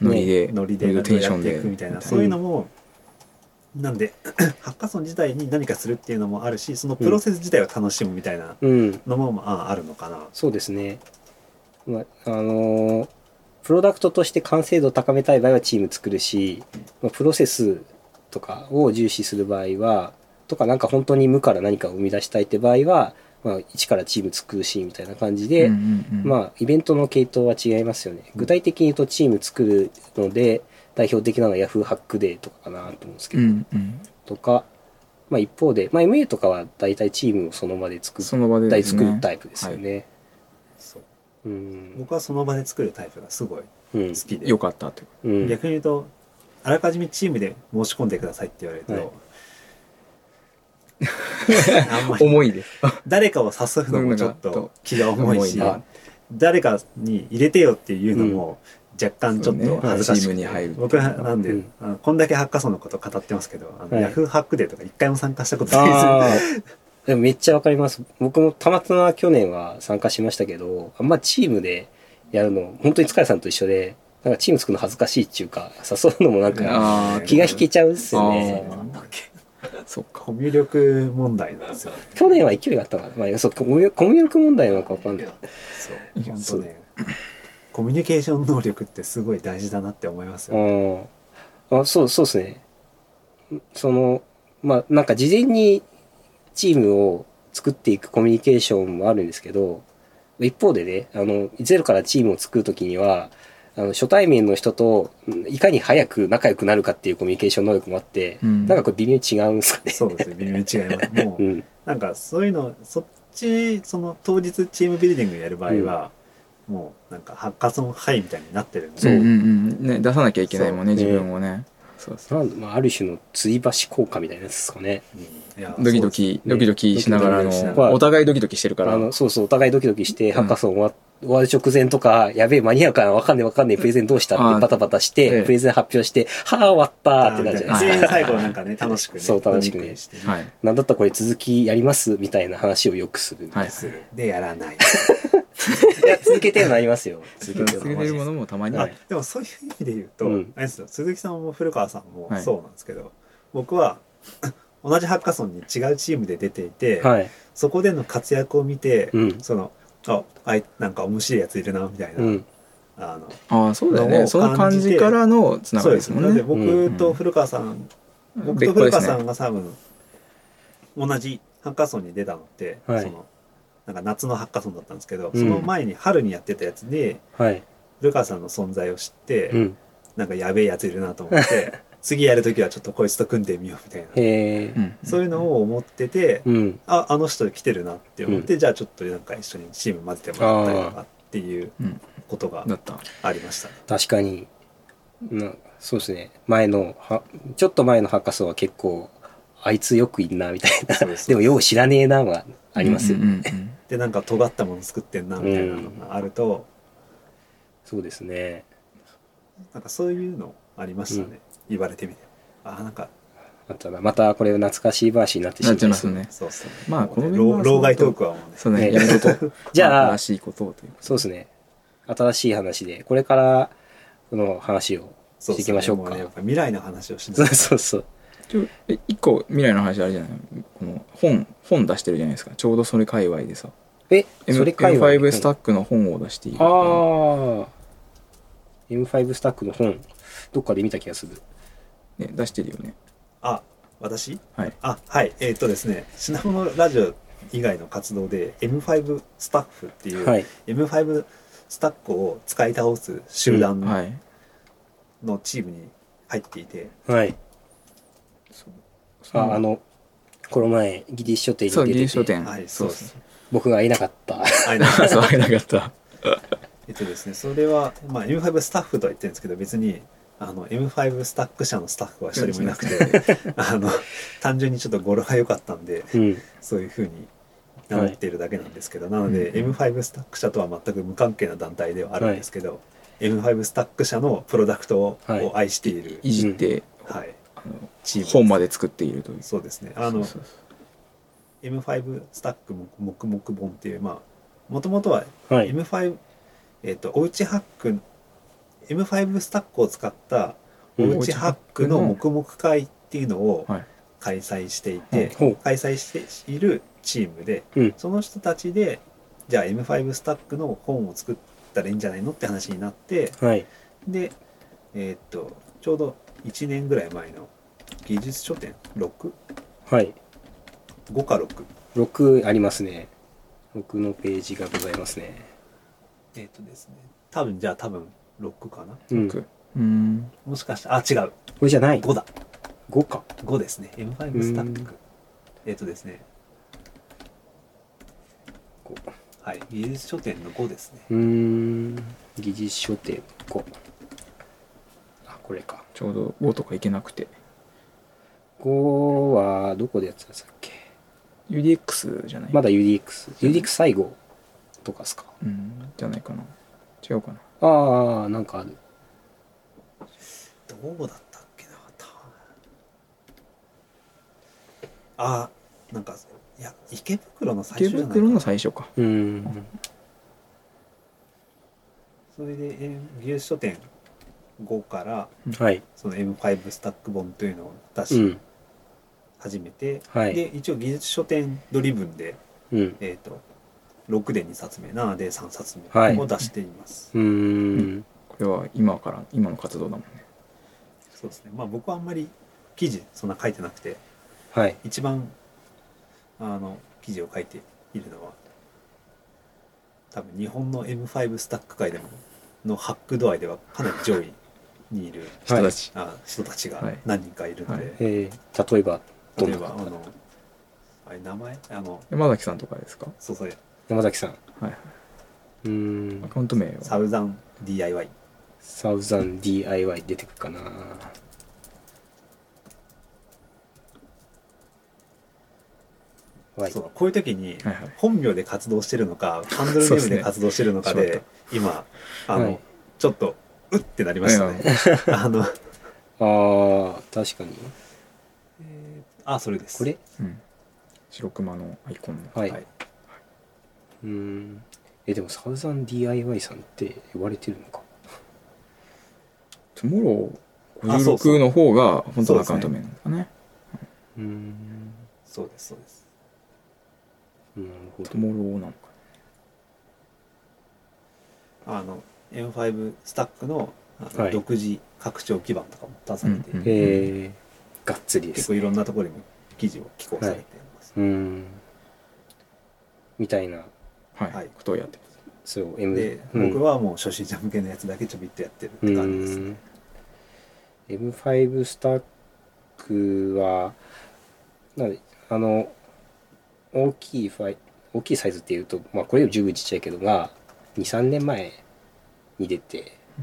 ノリでノリでやっていくみたいなそういうのも、うん、なんでハッカソン自体に何かするっていうのもあるしそのプロセス自体を楽しむみたいなのも、まあ、あるのかな、うん、 そうですね、まあ、あのー、プロダクトとして完成度を高めたい場合はチーム作るし、まあ、プロセスとかを重視する場合はとかなんか本当に無から何かを生み出したいって場合は、まあ、一からチーム作るしみたいな感じで、うんうんうん、まあイベントの系統は違いますよね。具体的に言うとチーム作るので代表的なのは Yahoo ハックデーとかかなと思うんですけど、うんうん、とか、まあ、一方で、まあ、エムエー とかは大体チームをその場で作る、その場でですね、作るタイプですよね、はい、 そう、うん、僕はその場で作るタイプがすごい好きで、 うん、よかったと、 うん、逆に言うとあらかじめチームで申し込んでくださいって言われると、はいあんまり重いです。 誰かを誘うのもちょっと気が重いし、誰かに入れてよっていうのも若干ちょっと恥ずかしくて、ね、僕はなんで、うん、あのこんだけハッカソンのこと語ってますけど、あの、はい、ヤフーハックデーとか一回も参加したことないです。 でもめっちゃわかります。僕もたまたま去年は参加しましたけど、あんまチームでやるの本当に塚谷さんと一緒で、なんかチーム作るの恥ずかしいっていうか、誘うのもなんか気が引けちゃうんですよね。 そっか、コミュ力問題なんですよ、ね。 去年は勢いがあったから、まあ、そうコミュ力問題なのかわかんない。 そう、本当ね。コミュニケーション能力ってすごい大事だなって思いますよ、ね。 ああ、そうそうですね。そのまあなんか事前にチームを作っていくコミュニケーションもあるんですけど、一方でね、あのゼロからチームを作るときには。あの初対面の人といかに早く仲良くなるかっていうコミュニケーション能力もあって、うん、なんかこれ微妙に違うんですかね。 そうですね、微妙に違います。もう、うん、なんかそういうのそっちその当日チームビルディングやる場合は、うん、もうなんかハッカソンハイみたいになってるんで、 そう、うんうんね、出さなきゃいけないもんね、自分をね。 そうそう、まあ、ある種の吊り橋効果みたいなやつですかね。 うん、いやドキドキ、ね、ドキドキしながらの、お互いドキドキしてるから。 あのそうそう、お互いドキドキして、ハッカソン終わ終わる直前とか、やべえ、間に合うかな、わかんねえわかんねえ、プレゼンどうしたってバタバタして、プレゼン発表して、はぁ、終わったーってなるじゃないですか。 最後なんかね、楽しくね。 そう、楽しくね。はい。なんだったらこれ続きやりますみたいな話をよくする。 はい。で、やらない。 いや、続けてはなりますよ。 続けてるものもたまにある。でもそういう意味で言うと、うん、あれですよ、鈴木さんも古川さんもそうなんですけど、はい、僕は同じハッカソンに違うチームで出ていて、はい、そこでの活躍を見て、うん、そのああいなんか面白いやついるなみたいな、うん、 あのあそうだよね、その感じからのつながりですもんね。 そうです。なので僕と古川さん、うん、僕と古川さんが多分同じハッカソンに出たのって、はい、そのなんか夏のハッカソンだったんですけど、うん、その前に春にやってたやつで、はい、古川さんの存在を知って、うん、なんかやべえやついるなと思って次やるときはちょっとこいつと組んでみようみたいな、へそういうのを思ってて、うん、ああの人来てるなって思って、うん、じゃあちょっとなんか一緒にチーム混ぜてもらったりとかっていうことがありました、ね、 確かに、うん、そうですね。前のはちょっと前のハッカソンは結構あいつよくいんなみたいなそうそうでもよう知らねえなはありますよね、 うんうんうんでなんか尖ったもの作ってんなみたいなのがあると、 そうですね。 なんかそういうのありましたね、 うん言われてみて。あなんかあとはまたこれ懐かしい話になってしまなっちゃいいますますね。 そうそう、 まあもうねこのメンバー老老害トークはもうねそうね、 ねやめとこう。 じゃあ新しいことをという。 そうですね。新しい話で、これからこの話をそうしていきましょうか。 もねやっぱ未来の話をしそうないそうそう。 ちょえ一個未来の話あれじゃないこの本、本出してるじゃないですか。ちょうどそれ界隈でさ。 え、 M- それ界隈エムファイブ スタックの本を出している。 ああ。エムファイブ スタックの本、どっかで見た気がする。 ね、出してるよね。 あ私はい。 あはいえーっとですね品物ラジオ以外の活動で エムファイブ スタッフっていう、 はい。 エムファイブ スタックを使い倒す集団はい。 のチームに入っていて、 はい。 そうあ、あの、この前、ギリシ書店にそう、 出てて、 技術書店。 はいそそううです僕がいなかった。 あれなんそう、会えなかった。 えっとですねそれは、まあ、エムファイブ スタッフとは言ってるんですけど別にあの エムファイブ スタック社のスタッフは一人もいなくてあの単純にちょっと語呂が良かったんでうん。 そういう風に名乗っているだけなんですけど、なので、 うんエムファイブ スタック社とは全く無関係な団体ではあるんですけど、エムファイブ スタック社のプロダクトをはい愛している、 いじって、 はい、 あのチームです本まで作っているという。 そうですねあのそうそうエムファイブ スタック黙々本っていうまあもともとははい。 エムファイブ、えっとおうちハック エムファイブ スタックを使ったおうちハックの黙々会っていうのをはい。 開催していて、 ほう開催しているチームで、 うん。 その人たちでじゃあ エムファイブ スタックの本を作ったらいいんじゃないのって話になって、 はい。 でえっとちょうどいちねんぐらい前の技術書店 ろく? はい。 ご かろくろくありますね。ろくのページがございますね。 えっ、とですね多分じゃあ多分ろくかな、 うん。 僕こうん。 もしかしてあ違うれじゃない。 ごだごか。 ごですね エムファイブ スタッうんクえっ、とですねごはい技術書店のごですねうーん。技術書店ご。あ、これか。 ちょうどごとかいけなくて。 ごはどこでやってたんですっけ。 ユーディーエックス じゃないまだ ユーディーエックス。ユーディーエックス 最後とかですか。 うん。じゃないかな。違うかな。 ああ、なんかある。 どうだったっけなたあなんかいや池袋の最池初じゃないか袋のな最初か。 うーん。 それでえー技術書店ごからはい。 その エムファイブ スタック本というのを出しうん。 始めて、 はいで一応技術書店ドリブンで、 うん。 えー、とろくでにさつめななでさんさつはいめを出しています、 うーん。 これは今から、今の活動だもんね。 そうですねまあ僕はあんまり記事そんな書いてなくてはい。 一番あの記事を書いているのは多分日本の エムファイブ スタック界でものハック度合いではかなり上位にいる人たち。 あ人たちがはい何人かいるので、 はいえー、例えば、どんな方例えばあのあれ名前あの山崎さんとかですか？ そうそう山崎さん。 はい。 うーんア。カウント名はサウザン ディーアイワイサウザン ディーアイワイ 出てくるかな。はい。 そうこういう時にはいはい。 本名で活動してるのかハンドルネームで活動してるのかそうでです今あの、 はいちょっとうってなりましたねあのああ、確かに。 あそれですこれうん。白熊のアイコンの。 はい。 はいうーん。え、でもサウザン ディーアイワイ さんって呼ばれてるのか。 トゥモローあそうそうごじゅうろくの方が本当のアカウント名なんだね。 うーん。 そうですそうですなるほどトゥ。モローなのかあの エムファイブ スタックのあのはい独自拡張基盤とかも出されていて、 うんうんえー、がっつりですね。 結構いろんなところにも記事を寄稿されています、 うーん。みたいな、 な。はい。 はいことをやってます。 そう、M、 で、 うん僕はもう初心者向けのやつだけちょびっとやってるっうて感じですねーん エムファイブ スタックはなんであの大きいファイ大きいサイズっていうと、まあ、これより十分ちっちゃいけどがにさんねんまえに出て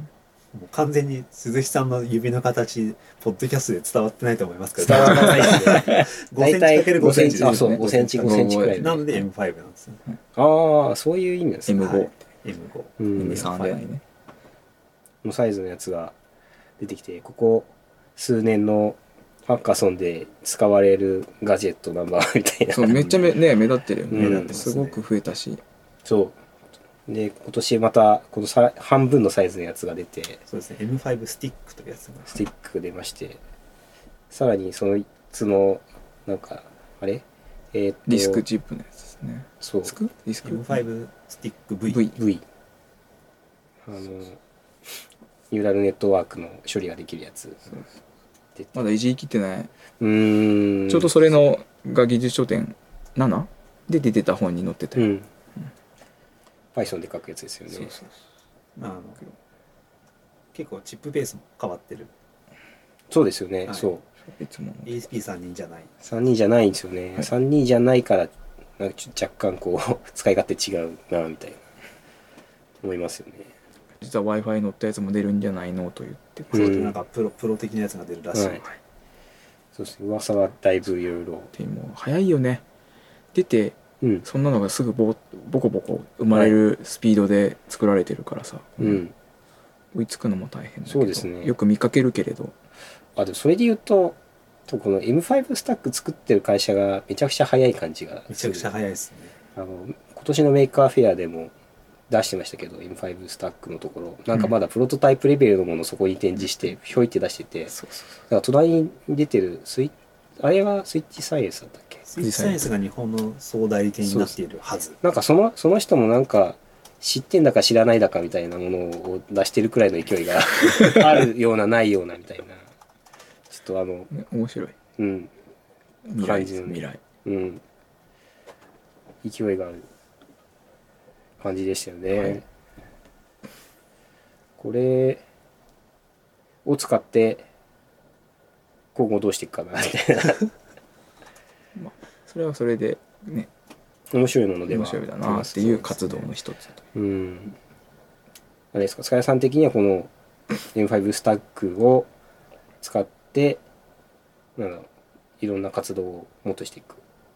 もう完全に鈴木さんの指の形ポッドキャストで伝わってないと思いますけど伝わらないですね。 ごセンチかけるごセンチあ、そう、ごセンチ、ごセンチくらいで。 なので エムファイブ なんですよね。 ああ、そういう意味なんですね。 エムフォー、 はい、エムフォー、 うん、 エムスリー じゃないね。 のサイズのやつが出てきて、ここ数年のハッカソンで使われるガジェットナンバーみたいな。 そうめっちゃめ、ね、目立ってるよね、 うんだってすごく増えたし。 そうで今年またこのさ半分のサイズのやつが出て、 そうですね、エムファイブ スティックというやつがスティックが出まして、さらにそのいつのなんかあれえーっとディスクチップのやつですね。 そうディスクディスクエムファイブ スティック V, V V あのニューラルネットワークの処理ができるやつ出て、 まだいじりきってない。 うーんちょうどそれのが技術書店ななで出てた本に載ってたよ、 うん、Python で書くやつですよね。 そうそうまあ、あの結構チップベースも変わってる、 そうですよね、 はいそういつもイーエスピーさんにんじゃない、 さんにんじゃないんですよね、 はいさんにんじゃないからなんかちょ若干こう使い勝手違うなみたいな思いますよね。 実は w i f i 乗ったやつも出るんじゃないのと言ってます、 うんそうでなんかプロプロ的なやつが出るらしい、 はいそうですね、噂はだいぶいろいろ、 でも早いよね、出てうんそんなのがすぐボボコボコ生まれるスピードで作られてるからさ、 うん、 追いつくのも大変だけど、 そうですねよく見かけるけれど、 あでもそれで言うとこの エムファイブ スタック作ってる会社がめちゃくちゃ早い感じがめちゃくちゃ早いですね。 あの今年のメーカーフェアでも出してましたけど エムファイブ スタックのところなんかまだプロトタイプレベルのものをそこに展示してひょいって出してて、 そうそうだから隣に出てるスイあれはスイッチサイエンスだったっけ。 スイッチサイエンスが日本の総代理店になっているはず。 なんかそのその人もなんか知ってんだか知らないだかみたいなものを出してるくらいの勢いがあるようなないようなみたいなちょっとあのね、面白いうん未来です未来。 うん勢いがある感じでしたよね、 はい、 これを使って今後どうしていくかなみたいなまあそれはそれでね面白いものでは面白いだなっていう活動の一つだと。 うんあれですか塚谷さん的にはこの エムファイブ スタックを使ってなんだろういろんな活動をもっとしていく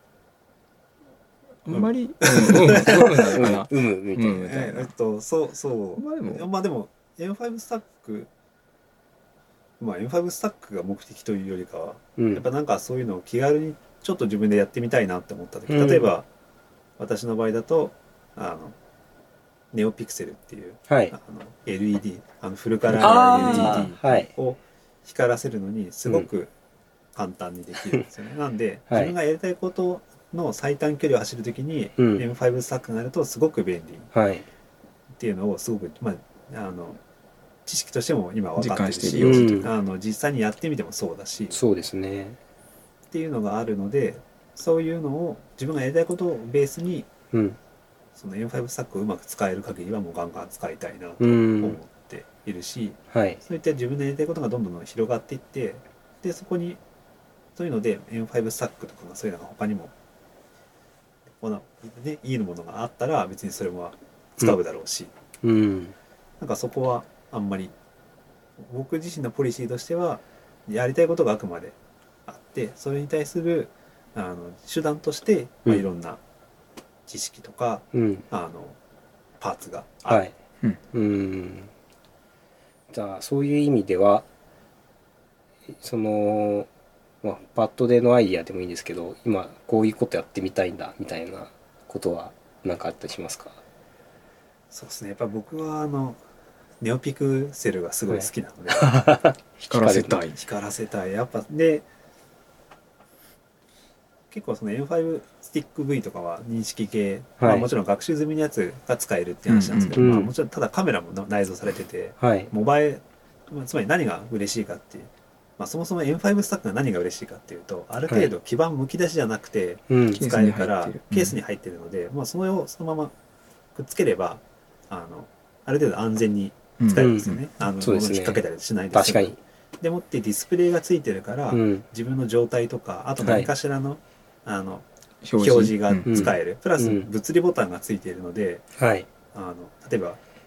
あんまり、うん、うん、うん、なのかな。 うむみたいな、 うんみたいなええっとそうそうまあでもまあでも エムファイブ スタックまあ エムファイブ スタックが目的というよりかは、 うんやっぱなんかそういうのを気軽にちょっと自分でやってみたいなって思った時、 うん例えば私の場合だとあのネオピクセルっていうはいあの エルイーディー あのフルカラあーーエルイーデはいィー を光らせるのにすごく簡単にできるんですよね、なんではい自分がやりたいことの最短距離を走るときに、 うんエムファイブ スタックになるとすごく便利はいっていうのをすごく、まあ、あの知識としても今分かってるし実感してるようんあの実際にやってみてもそうだしそうですねっていうのがあるのでそういうのを自分がやりたいことをベースにうんその エムファイブ スタックをうまく使える限りはもうガンガン使いたいなとう思っんているし、 はいそういった自分のやりたいことがどんどん広がっていってでそこにそういうので エムファイブ スタックとかがそういうのが他にもこの、ね、いいものがあったら別にそれも使うだろうし、 うんなんかそこはあんまり僕自身のポリシーとしてはやりたいことがあくまであってそれに対するあの手段として、まあ、 うんいろんな知識とか、 うんあのパーツがある、 はいうんじゃあそういう意味ではそのまあパッドでのアイディアでもいいんですけど今こういうことやってみたいんだみたいなことは何かあったりしますか。 そうですねやっぱ僕はあのネオピクセルがすごい好きなので、 光らせたい。 光らせたいやっぱで結構その エムファイブ スティック V とかは認識系、 はいまあ、もちろん学習済みのやつが使えるっていう話なんですけど、 うんうんまあ、もちろんただカメラも内蔵されててはいモバイルまあつまり何が嬉しいかっていう、まあ、そもそも エムファイブ スタックが何が嬉しいかっていうとある程度基板むき出しじゃなくてうん使えるからケースに入ってるケースに入ってるので、まあ、それをそのままくっつければあのある程度安全に使えるんですよね、あのそうですね引っ掛けたりしないで確かにでもってディスプレイがついてるから、 うん自分の状態とかあと何かしらの,、あの表表示がうん使える、プラスうん物理ボタンがついているのではいあの例えば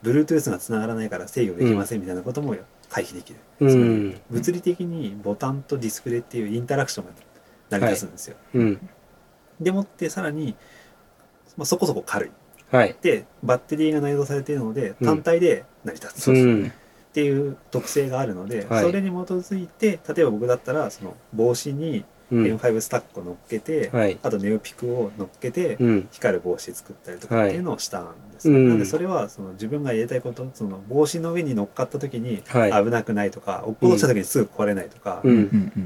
Bluetooth が繋がらないから制御できませんみたいなことも回避できる、 うんつまり物理的にボタンとディスプレイっていうインタラクションが成り立つんですよ、 うん、 でもってさらに、まあ、そこそこ軽い、 はい、 でバッテリーが内蔵されているので単体で成り立つ、 うん、 っていう特性があるので、 はい、 それに基づいて例えば僕だったらその帽子に エムファイブ スタックを乗っけて、うん、あとネオピクを乗っけて、うん、光る帽子作ったりとかっていうのをしたんです、ね、はい、なのでそれはその自分が入れたいこと、その帽子の上に乗っかった時に危なくないとか、はい、落っことした時にすぐ壊れないとか、うん、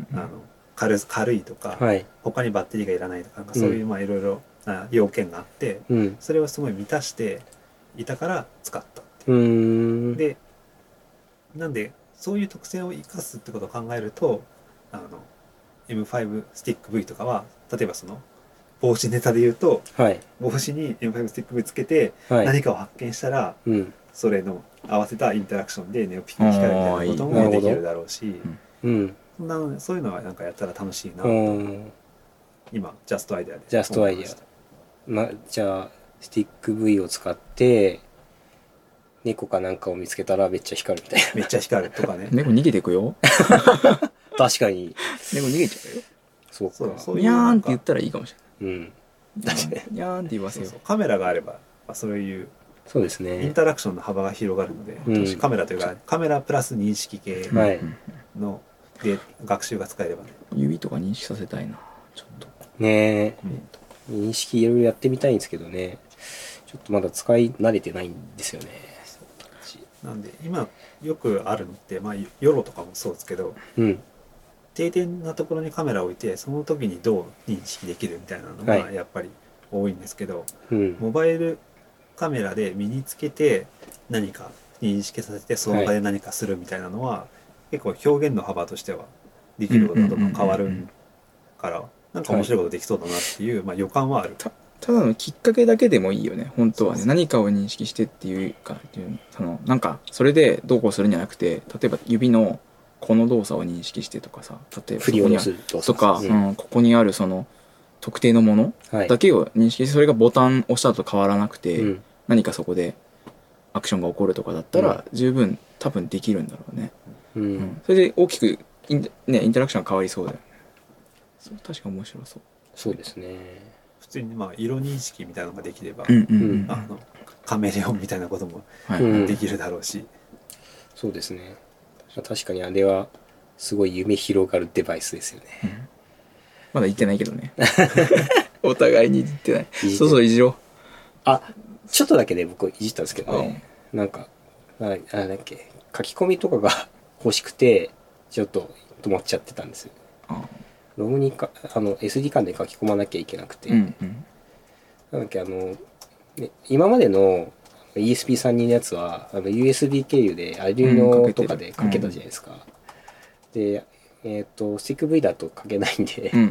あの 軽, 軽いとか、はい、他にバッテリーがいらないとか、そういうまあいろいろ要件があって、うん、それをすごい満たしていたから使ったっていう。うーんでなんでそういう特性を生かすってことを考えると、あの エムファイブ スティック V とかは例えばその帽子ネタで言うと、はい、帽子に エムファイブ スティック V つけて何かを発見したら、はい、それの合わせたインタラクションでネオピクに光るみたいなこともできるだろうし、うん、なのでそういうのはなんかやったら楽しいなと今ジャストアイデアでジャストアイデア、ま、じゃあスティック V を使って猫かなんかを見つけたらめっちゃ光るみたいな。 めっちゃ光るとかね。 猫逃げていくよ。 確かに。 猫逃げちゃうよ。 そうか。そうそうニャーンって言ったらいいかもしれない。うん。 確かに。 ニャーンって言わせよう。 そうそうカメラがあれば、そういうそうですね。 インタラクションの幅が広がるので、うん、カメラというかカメラプラス認識系ので学習が使えればね。 指とか認識させたいな。ちょっと。 ねえ。認識いろいろやってみたいんですけどね。ちょっとまだ使い慣れてないんですよね。 なんで今よくあるのって、まあ、ヨロとかもそうですけど、うん、定点なところにカメラを置いてその時にどう認識できるみたいなのがやっぱり多いんですけど、はい、モバイルカメラで身につけて何か認識させてその場で何かするみたいなのは、はい、結構表現の幅としてはできることがどんどん変わるからなんか面白いことできそうだなっていう、はい、まあ、予感はある。 ただのきっかけだけでもいいよね本当はね。何かを認識してっていうかっていうそのなんかそれでどうこうするんじゃなくて、例えば指のこの動作を認識してとかさ、例えば振り下ろす動作とか、うんうん、ここにあるその特定のものだけを認識して、それがボタン押したと変わらなくて、うん、何かそこでアクションが起こるとかだったら、うん、十分多分できるんだろうね、うんうん、それで大きくイン、ね、インタラクションが変わりそうだよね。そう確か面白そう。 そうですね。 普通にまあ色認識みたいなのができれば、 うんうんうん、 あのカメレオンみたいなこともできるだろうし、うん、 そうですね。確かにあれはすごい夢広がるデバイスですよね、うん、 まだ言ってないけどねお互いに言ってない。そうそういじろう。 あちょっとだけね僕いじったんですけどね、うん、なんかあれだっけ書き込みとかが欲しくてちょっと止まっちゃってたんですよ。ロムにかあの エスディー 間で書き込まなきゃいけなくて、うんうん、なんだっけあの、ね、今までの イーエスピーさんじゅうに のやつはあの ユーエスビー 経由で Arduino とかで書けたじゃないですか、うん、で、えっ、ー、とスティック V だと書けないんで、うんうんうん、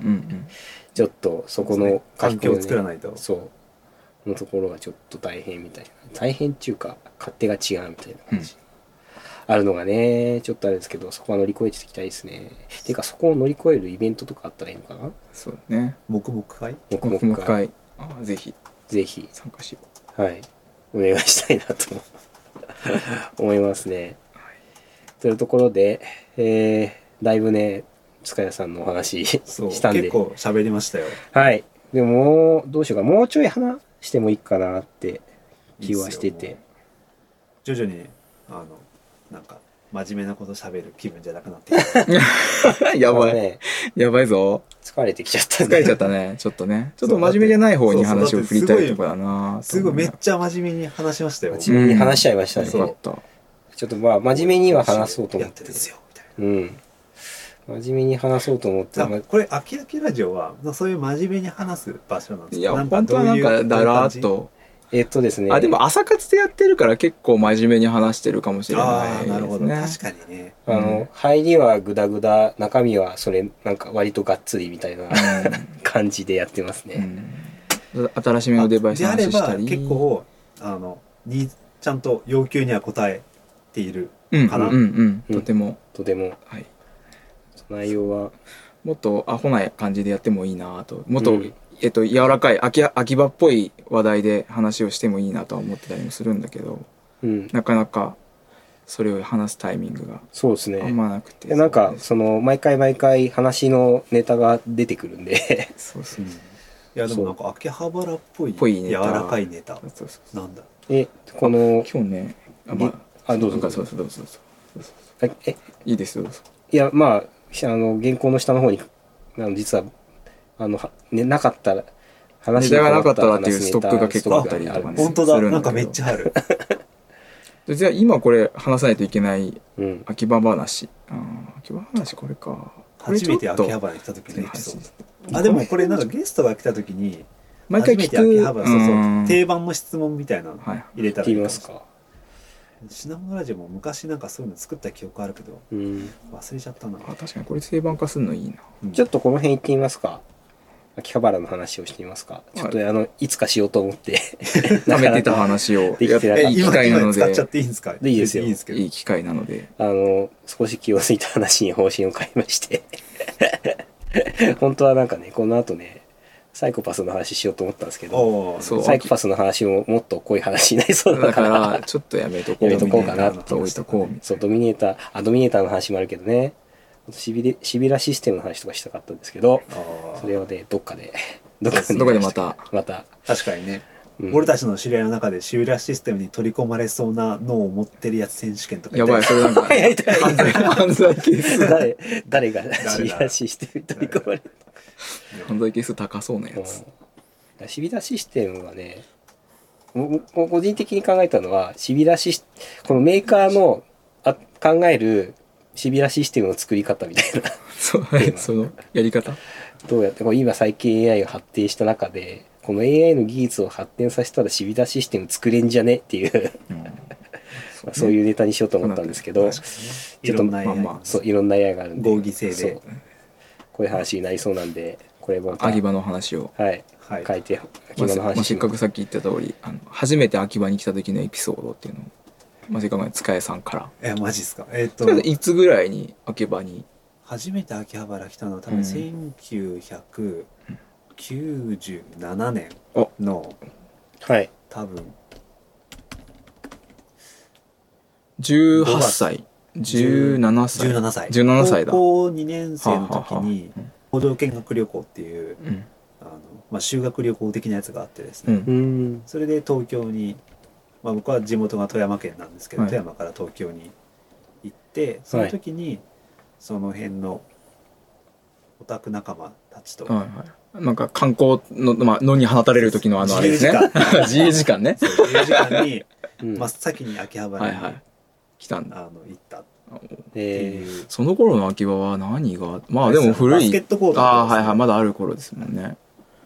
ちょっとそこの書き込み、ね、 環境を作らないとそうのところがちょっと大変みたいな、大変っていうか勝手が違うみたいな感じ、うんあるのがねちょっとあれですけど、そこは乗り越えていきたいですね。ていうかそこを乗り越えるイベントとかあったらいいのかな。 そうね。 黙々会黙々会あぜひぜひ参加しよう。はいお願いしたいなと思いますね、はい、というところで、えー、だいぶね塚谷さんのお話したんで結構喋りましたよ。 はい。でもどうしようか、もうちょい話してもいいかなって気はしてて、いい徐々にあのなんか真面目なこと喋る気分じゃなくなってきたやばい、ね、やばいぞ。 疲れてきちゃったね。疲れちゃったねちょっとね。ちょっと真面目じゃない方に話を振りたいとこだな。 すごいめっちゃ真面目に話しましたよ。 真面目に話しちゃいましたね、うん、よかった。ちょっとまあ真面目には話そうと思って、 やってですよみたいな。うん真面目に話そうと思って、 まあ、これ「あきあきラジオ」はそういう真面目に話す場所なんですか。 いや本当はなんかだらーっとえっとですね。 あでも朝活でやってるから結構真面目に話してるかもしれないですね。 あなるほど確かにね。 あの、うん、入りはグダグダ、中身はそれなんか割とがっつりみたいな、うん、感じでやってますね、 うん、新しめのデバイスの話したりであれば結構あのにちゃんと要求には応えているかな、 うんうんうん、とても、うん、 とても、はい、内容はもっとアホな感じでやってもいいなと、もっと、うんえっと、柔らかい秋、秋葉っぽい話題で話をしてもいいなとは思ってたりもするんだけど、 うん、 なかなかそれを話すタイミングがそうですねあんまなくて、 なんかその毎回毎回話のネタが出てくるんでそうそう、うん、いやでもなんか秋葉原っぽいぽいネタ柔らかいネタそうそうそうなんだえこの今日ねあ、まあ、 あどうぞなんかそうそうどうぞどうぞどうぞえいいですよどうぞ。 いやまああの原稿の下の方にあの実はあの、ね、なかったら話がなかったらっていうストックが結構あったりとかね本当だなんかめっちゃあるじゃあ今これ話さないといけないうん秋葉話、うん、秋葉話これか初めて秋葉原に来た時のエピソードあでもこれなんかゲストが来た時に毎回聞く初めて秋葉原そうそううん定番の質問みたいなの入れたらいいかもしれない聞きますかシナモンラジオも昔なんかそういうの作った記憶あるけどうん忘れちゃったなあ確かにこれ定番化するのいいな、 うんちょっとこの辺行ってみますか秋葉原の話をしてみますかちょっとあのいつかしようと思って貯めてた話をできてなかったいい機会なので今使っちゃっていいんですかいいですよいいですけどいい機会なのであの少し気をついた話に方針を変えまして本当はなんかねこの後ねサイコパスの話しようと思ったんですけどおーそうサイコパスの話ももっと濃い話になりそうだだかかららちょっとやめとこうやめとこうかなみたいと置いとこうみたいそうドミネーターあドミネーターの話もあるけどねシビレシビラシステムの話とかしたかったんですけどあーそれをねどっかでどっかなどこでまたまた、 確かにね、 うん俺たちの知り合いの中でシビラシステムに取り込まれそうな脳を持ってるやつ選手権とかやばいそれなんかやりたい犯罪犯罪係数誰誰がだシビラシステムに取り込まれる犯罪係数高そうなやつうんシビラシステムはねもも個人的に考えたのはシビラシスこのメーカーのあ考えるシビラシステムの作り方みたいなそうはいそのやり方どうやってこう今最近 エーアイ が発展した中でこの エーアイ の技術を発展させたらシビラシステム作れんじゃねっていううんそういうネタにしようと思ったんですけど、 確かにねちょっといろんな エーアイまあまあそういろんな エーアイ があるんで合議制でそうこういう話になりそうなんでこれもまた秋葉の話をはい、 はい書いて秋葉のまあまあ話せっかくさっき言った通りあの初めて秋葉に来た時のエピソードっていうのを、まあ、せっかく塚谷さんからえマジっすかえっ、ととりあえずいつぐらいに秋葉に初めて秋葉原来たのは多分うんせんきゅうひゃくきゅうじゅうななねおんのはい多分じゅうはっさいじゅうななさいじゅうななさいじゅうななさいだ高校にねん生の時はあはあはにあ行動見学旅行っていううんあの、まあ、修学旅行的なやつがあってですね、 うんうんそれで東京に、まあ、僕は地元が富山県なんですけど、 はい富山から東京に行ってその時にその辺のオタク仲間たちと、 はいはい、なんか観光の、まあ、野に放たれる時のあのあれですね自由時間ねそう自由時間にうん真っ先に秋葉原に、 はいはい来たんだあの行ったってえいう、 その頃の秋葉は何がまあでも古いバスケットコートああとかですねはいはいまだある頃ですもんね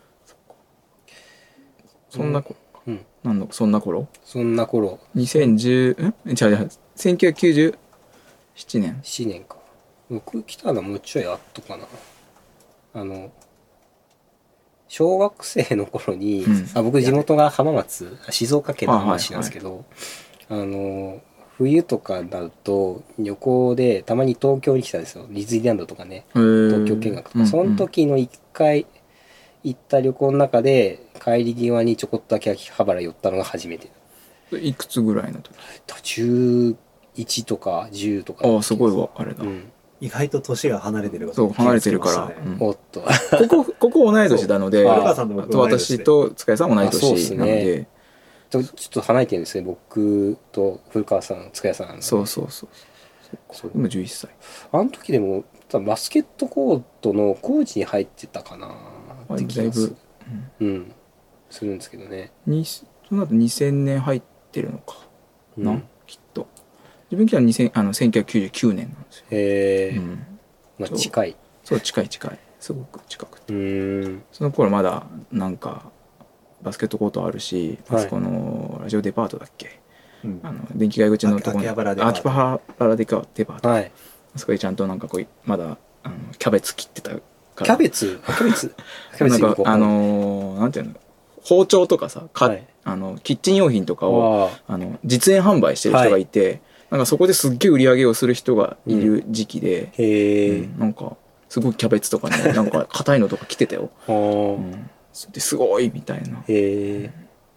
そんな頃か、 うんなんのそんな頃そんな頃にせんじゅうん違う違うせんきゅうひゃくきゅうじゅうななねんしちねんか僕来たのもうちょい後かなあの小学生の頃に、 うんあ僕地元が浜松静岡県の浜松市なんですけど、あの冬とかになると旅行でたまに東京に来たんですよディズニーランドとかね東東京見学とか、その時のいっかい行った旅行の中で帰り際にちょこっとだけ秋葉原寄ったのが初めていくつぐらいの時じゅういちとかじゅうとかああすごいわあれだ、 うん、 意外と年が離れてることにそう離れてるから、 気がつきましたねうんおっとここここ同い年なのでそう古川さんと僕と同い年で私と塚谷さんも同いあそうっす年なのでねちょちょっと離れてるんですね僕と古川さん塚谷さんそうそうそうそう今じゅういっさいあの時でも多分バスケットコートのコーチに入ってたかなって気がするうんするんですけどねにその後にせんねん入ってるのかな、 うんきっと自分来たのにせんあのせんきゅうひゃくきゅうじゅうきゅうねんなんですよ、 へえ、 うん、 まあ近いそう近い近いすごく近くてうーんその頃まだなんかバスケットコートあるし、 はいあそこのラジオデパートだっけうんあの電気街口のところ秋葉原デパート秋葉原デパデパート、 はいあそこでちゃんとなんかこうまだあのキャベツ切ってたからキャベツキャベツキャベツなんかあのーなんていうの包丁とかさか、 はいあのキッチン用品とかをああの実演販売してる人がいて、なんかそこですっげえ売り上げをする人がいる時期で、 ーへえ、 うんなんかすごいキャベツとかねなんか硬いのとか来てたよ、 あーうん、ですごいみたいなへえ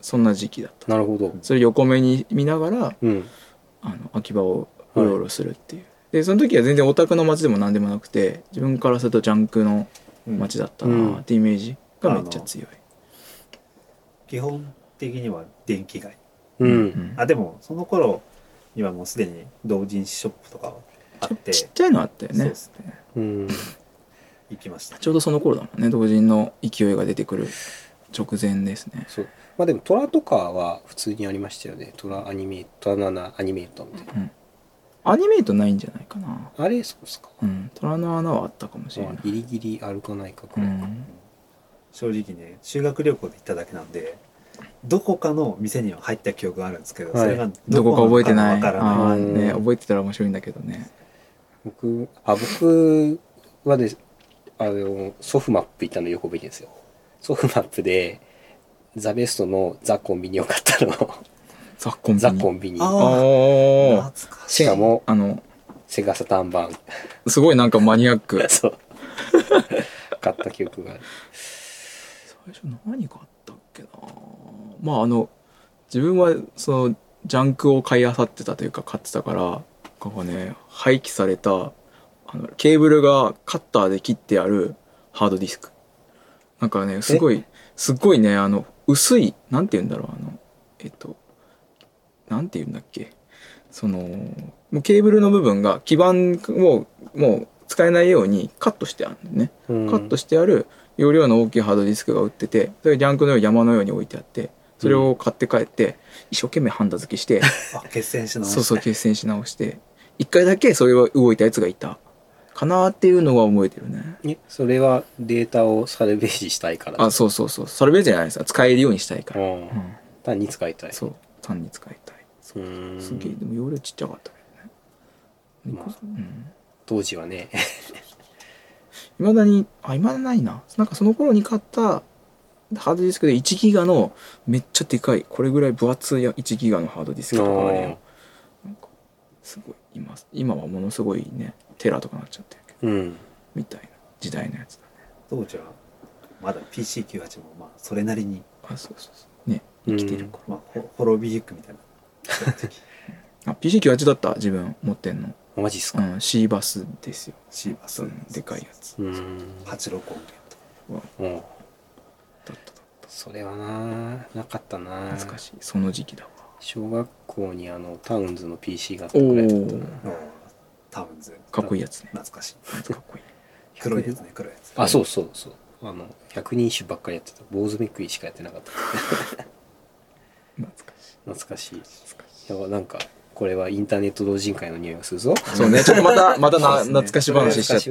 そんな時期だった。 なるほど。 それ横目に見ながら、 うん、 あの秋葉をうろうろするっていう、はい、でその時は全然オタクの街でも何でもなくて、自分からするとジャンクの街だったなってイメージがめっちゃ強い。 基本的には電気街、 うんうん、 あでもその頃にはもうすでに同人誌ショップとかはあって、 ちっちゃいのあったよね。そうですね、 うん、 行きました。 ちょうどその頃だもんね、同人の勢いが出てくる直前ですね。 そう、まあでもトラとかは普通にありましたよね。トラアニメート、トラナナアニメートみたいな、うん、 アニメートないんじゃないかな。 あれそうですか。 うん、トラの穴はあったかもしれない。 ギリギリあるかないかくらいか、うん、 正直ね修学旅行で行っただけなんでどこかの店には入った記憶があるんですけど、はい、それがどこか覚えてない。 からないあ、ね、覚えてたら面白いんだけどね。 僕あ僕はであのソフマップ行ったのよく覚えてるんですよ。ソフマップでザベストのザ・コンビニを買ったの。 ザ・コンビニ。 ザ・コンビニ。 ああ。 しかもあのセガサターン版。 すごいなんかマニアック。 そう。買った記憶がある。 最初何買ったっけな。まああの自分はそのジャンクを買い漁ってたというか買ってたから、ここね廃棄されたあのケーブルがカッターで切ってあるハードディスク。なんかねすごいすっごいねあの薄いなんて言うんだろうあのえっとなんて言うんだっけそのもうケーブルの部分が基板をもう使えないようにカットしてあるんだよね、うん、カットしてある容量の大きいハードディスクが売ってて、それジャンクのように山のように置いてあって、それを買って帰って一生懸命ハンダ付けして、 あ決戦し直して、 そうそう決戦し直して一回だけそれは動いたやつがいたかなっていうのは覚えてるね。 えそれはデータをサルベージしたいから。 あそうそうそうサルベージじゃないですか、使えるようにしたいから、うんうん、単に使いたい。 そう単に使いたい。そうーんすげえでも容量ちっちゃかったけどね、まあうん、 当時はねいまだにあいまだないな。なんかその頃に買ったハードディスクでいちギガのめっちゃでかいこれぐらい分厚いいちギガのハードディスクとかあるよ。なんかすごい 今, 今はものすごいねテラとかなっちゃってるけど、うん、みたいな時代のやつだね。 当時はまだ ピーシーきゅうじゅうはち もまあそれなりにあそうそうそうね生きてるから、 まあ、滅びゆくみたいなあ ピーシーきゅうじゅうはち だった自分持ってんの。 マジっすか、 うん、C バスですよ。 C バス、うん、 でかいやつ。 うんはちじゅうろく音源と、うん、だっただったそれはななかったな。 懐かしいその時期だわ。 小学校にあのタウンズの ピーシー があったくらいだったな。 タウンズかっこいいやつね。 懐かしいかっこいい黒いやつね黒いやつ。 あそうそうそうあの百人一首ばっかりやってた。坊主めくりしかやってなかった懐かしい懐かしい懐かしい。だからなんかこれはインターネット同人会の匂いがするぞ。 そうねちょっとまたまたな、ね、懐かし話しちゃった。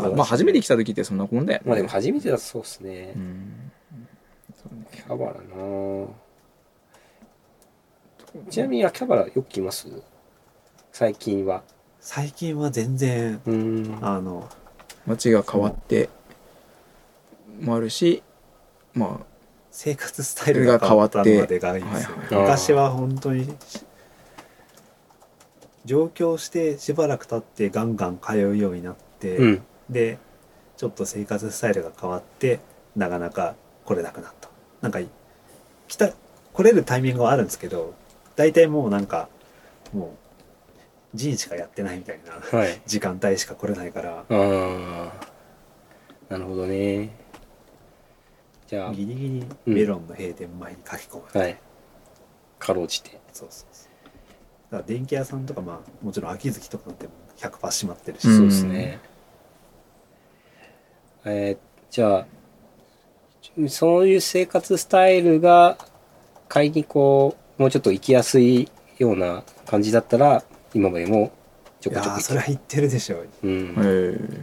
まあ初めて来た時ってそんなもんだよね。 まあでも初めてだとそうっすね。うん。秋葉原な。ちなみに秋葉原よく来ます？最近は。 最近は全然うんあの街が変わってもあるし、まあ生活スタイルが変わったのがでかいですよね。昔は本当に上京してしばらく経ってガンガン通うようになって、うん、でちょっと生活スタイルが変わってなかなか来れなくなった。なんか来た来れるタイミングはあるんですけど大体もうなんかもうジンしかやってないみたいな、はい、時間帯しか来れないから。 ああなるほどね。じゃあギリギリメロンの閉店前に書き込む、 うん、はいかろうじて。 そうそうそう。だから電気屋さんとかまあもちろん秋月とかなんても ひゃくパーセント 閉まってるし、 うん、そうですね。えー、じゃあそういう生活スタイルが買いにこうもうちょっと行きやすいような感じだったら今までもちょこちょこ行ってる。 いやそれは言ってるでしょう。 うん。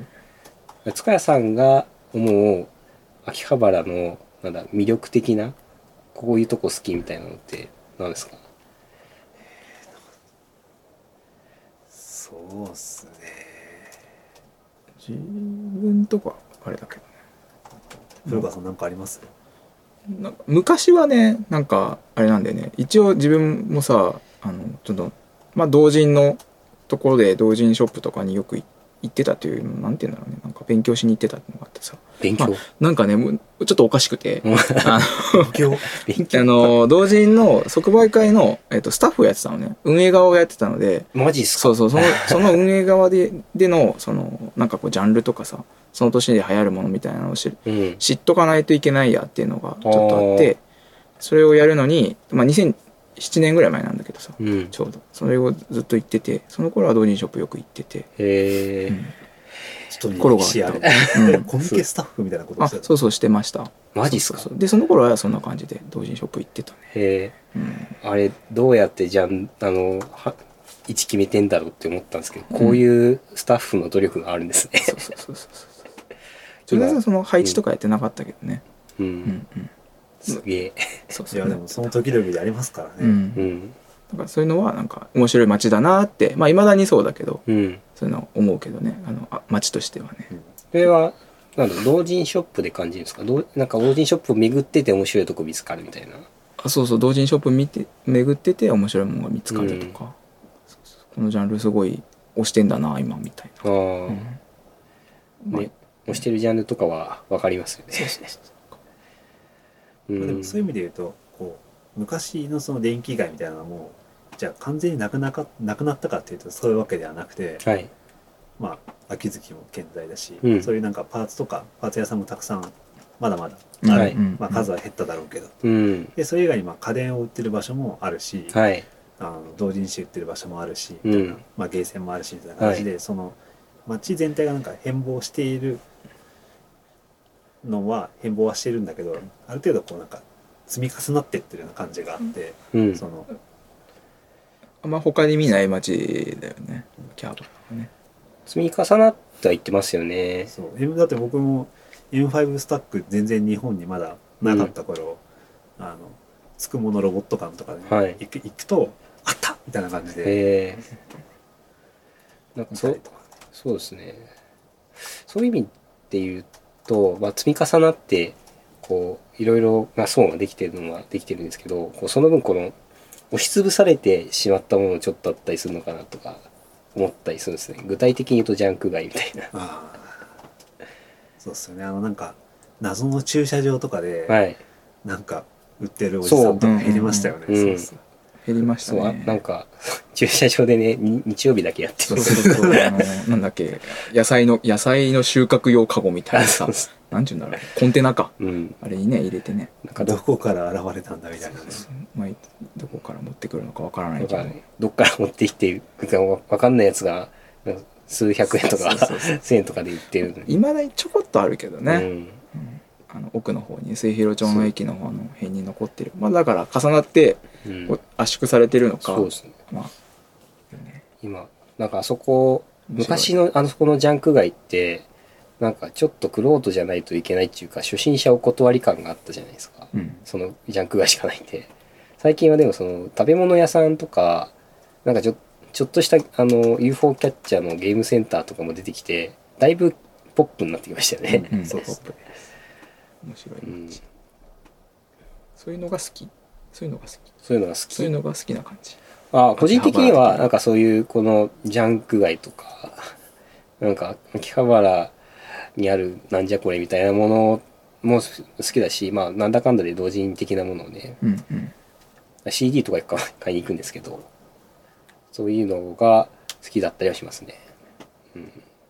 塚谷さんが思う秋葉原のなんだ魅力的なこういうとこ好きみたいなのって何ですか？ そうっすね。 自分とかあれだけどね。 古川さん何かあります？ なんか昔はねなんかあれなんだよね。一応自分もさあのちょっとまあ同人のところで同人ショップとかによく行ってたというなんていうんだろうねなんか勉強しに行ってたのがあってさ、 勉強、 まあ、なんかねもうちょっとおかしくてあ勉強のあの同人の即売会の、えっと、スタッフをやってたのね、運営側をやってたので、 マジっすか。 そうそう、そのその運営側ででのそのなんかこうジャンルとかさ、その年で流行るものみたいなのを知る、 うん、 知っとかないといけないやっていうのがちょっとあって、それをやるのに、まあ、にせんななねんぐらい前なんだけどさ、 うん、 ちょうどそれをずっと行ってて、その頃は同人ショップよく行ってて、 へえ、 うんちょっと頃が歴史ある、 うん、 コミケスタッフみたいなことあしてた。 そうそうしてました。 マジっすか。 そうそうでその頃はそんな感じで同人ショップ行ってたね。 へえ、 うん、 あれどうやってじゃんあのは位置決めてんだろうって思ったんですけど、こういうスタッフの努力があるんですね。 そうそうそうそうそうとりあえずその配置とかやってなかったけどね、 うん、 うんうん、 すげえ。 そうそういやでもその時々でありますからね、 うん、 うんだからそういうのはなんか面白い街だなってまあいまだにそうだけど、 うんそういうの思うけどね、あのあ街としてはね、 うんそれはなんだ同人ショップで感じるんですか。どうなんか同人ショップを巡ってて面白いとこ見つかるみたいな。 あそうそう、同人ショップ見て巡ってて面白いものが見つかるとか、 うんそうそうこのジャンルすごい推してんだな今みたいな、 ああ、 うんまあね、推してるジャンルとかは分かりますよね。 そうそうそううんまあでもそういう意味で言うとこう昔のその電気街みたいなのもじゃあ完全になくなかなくなったかっていうとそういうわけではなくて、 はい。 まあ秋月も健在だし、 うんそういうなんかパーツとかパーツ屋さんもたくさんまだまだうんある、 はいまあ、数は減っただろうけど、 うん。 でそれ以外にまあ家電を売ってる場所もあるし、 はい。 あの同人誌売ってる場所もあるし、 うんみたいなまあ、ゲーセンもあるしみたいな感じで、その街全体がなんか変貌しているのは変貌はしてるんだけど、ある程度こうなんか積み重なってってるような感じがあって、 うん。 そのあんま他に見ない街だよね、キャーバはね。 積み重なってはいってますよね。 そう M だって僕も エムファイブ スタック全然日本にまだなかった頃、あのつくものロボット館とかで、 はい行く行くとあったみたいな感じでへえ。なんかそう見たりとかそうですね。そういう意味で言うと、まあ、積み重なってこういろいろな層ができてるのはできてるんですけど、こうその分この押しつぶされてしまったものちょっとあったりするのかなとか思ったりするんですね。具体的に言うとジャンク街みたいな。 ああそうっすよね。あのなんか謎の駐車場とかで、 はい。 なんか売ってるおじさんとか減りましたよね。 そううんそうそう減りましたそう、あね。 なんか駐車場でねに日曜日だけやってる。 そうそうそうあのなんだっけ、野菜の野菜の収穫用カゴみたいなさ、なんちゅうんだろう、コンテナか、 うん。 あれにね入れてね、 なんかどどこから現れたんだみたいなね。 まあ、どこから持ってくるのかわからないけど、 どっから持ってきてわかんないやつが数百円とかそうそうそう千円とかで売ってるのに。 いまだにちょこっとあるけどね、 うんあの奥の方に末広町の駅の方の辺に残ってる、まあだから重なってうんこう圧縮されてるのか、 そうですね。 まあね今なんかあそこ面白い昔のあそこのジャンク街ってなんかちょっとクロートじゃないといけないっていうか初心者お断り感があったじゃないですか。 うんそのジャンク街しかないんで。最近はでもその食べ物屋さんとかなんかちょちょっとしたあの ユーフォー キャッチャーのゲームセンターとかも出てきてだいぶポップになってきましたよね。 うんそうですね。 面白い、 うんそういうのが好き、そういうのが好き、 そういうのが好き。 そういうのが好きな感じ。 あ個人的に秋葉原的なはなんかそういうこのジャンク街とかなんか秋葉原にあるなんじゃこれみたいなものも好きだし、まあなんだかんだで同人的なものをねうんうんシーディー とか買いに行くんですけど、そういうのが好きだったりはしますね。うん。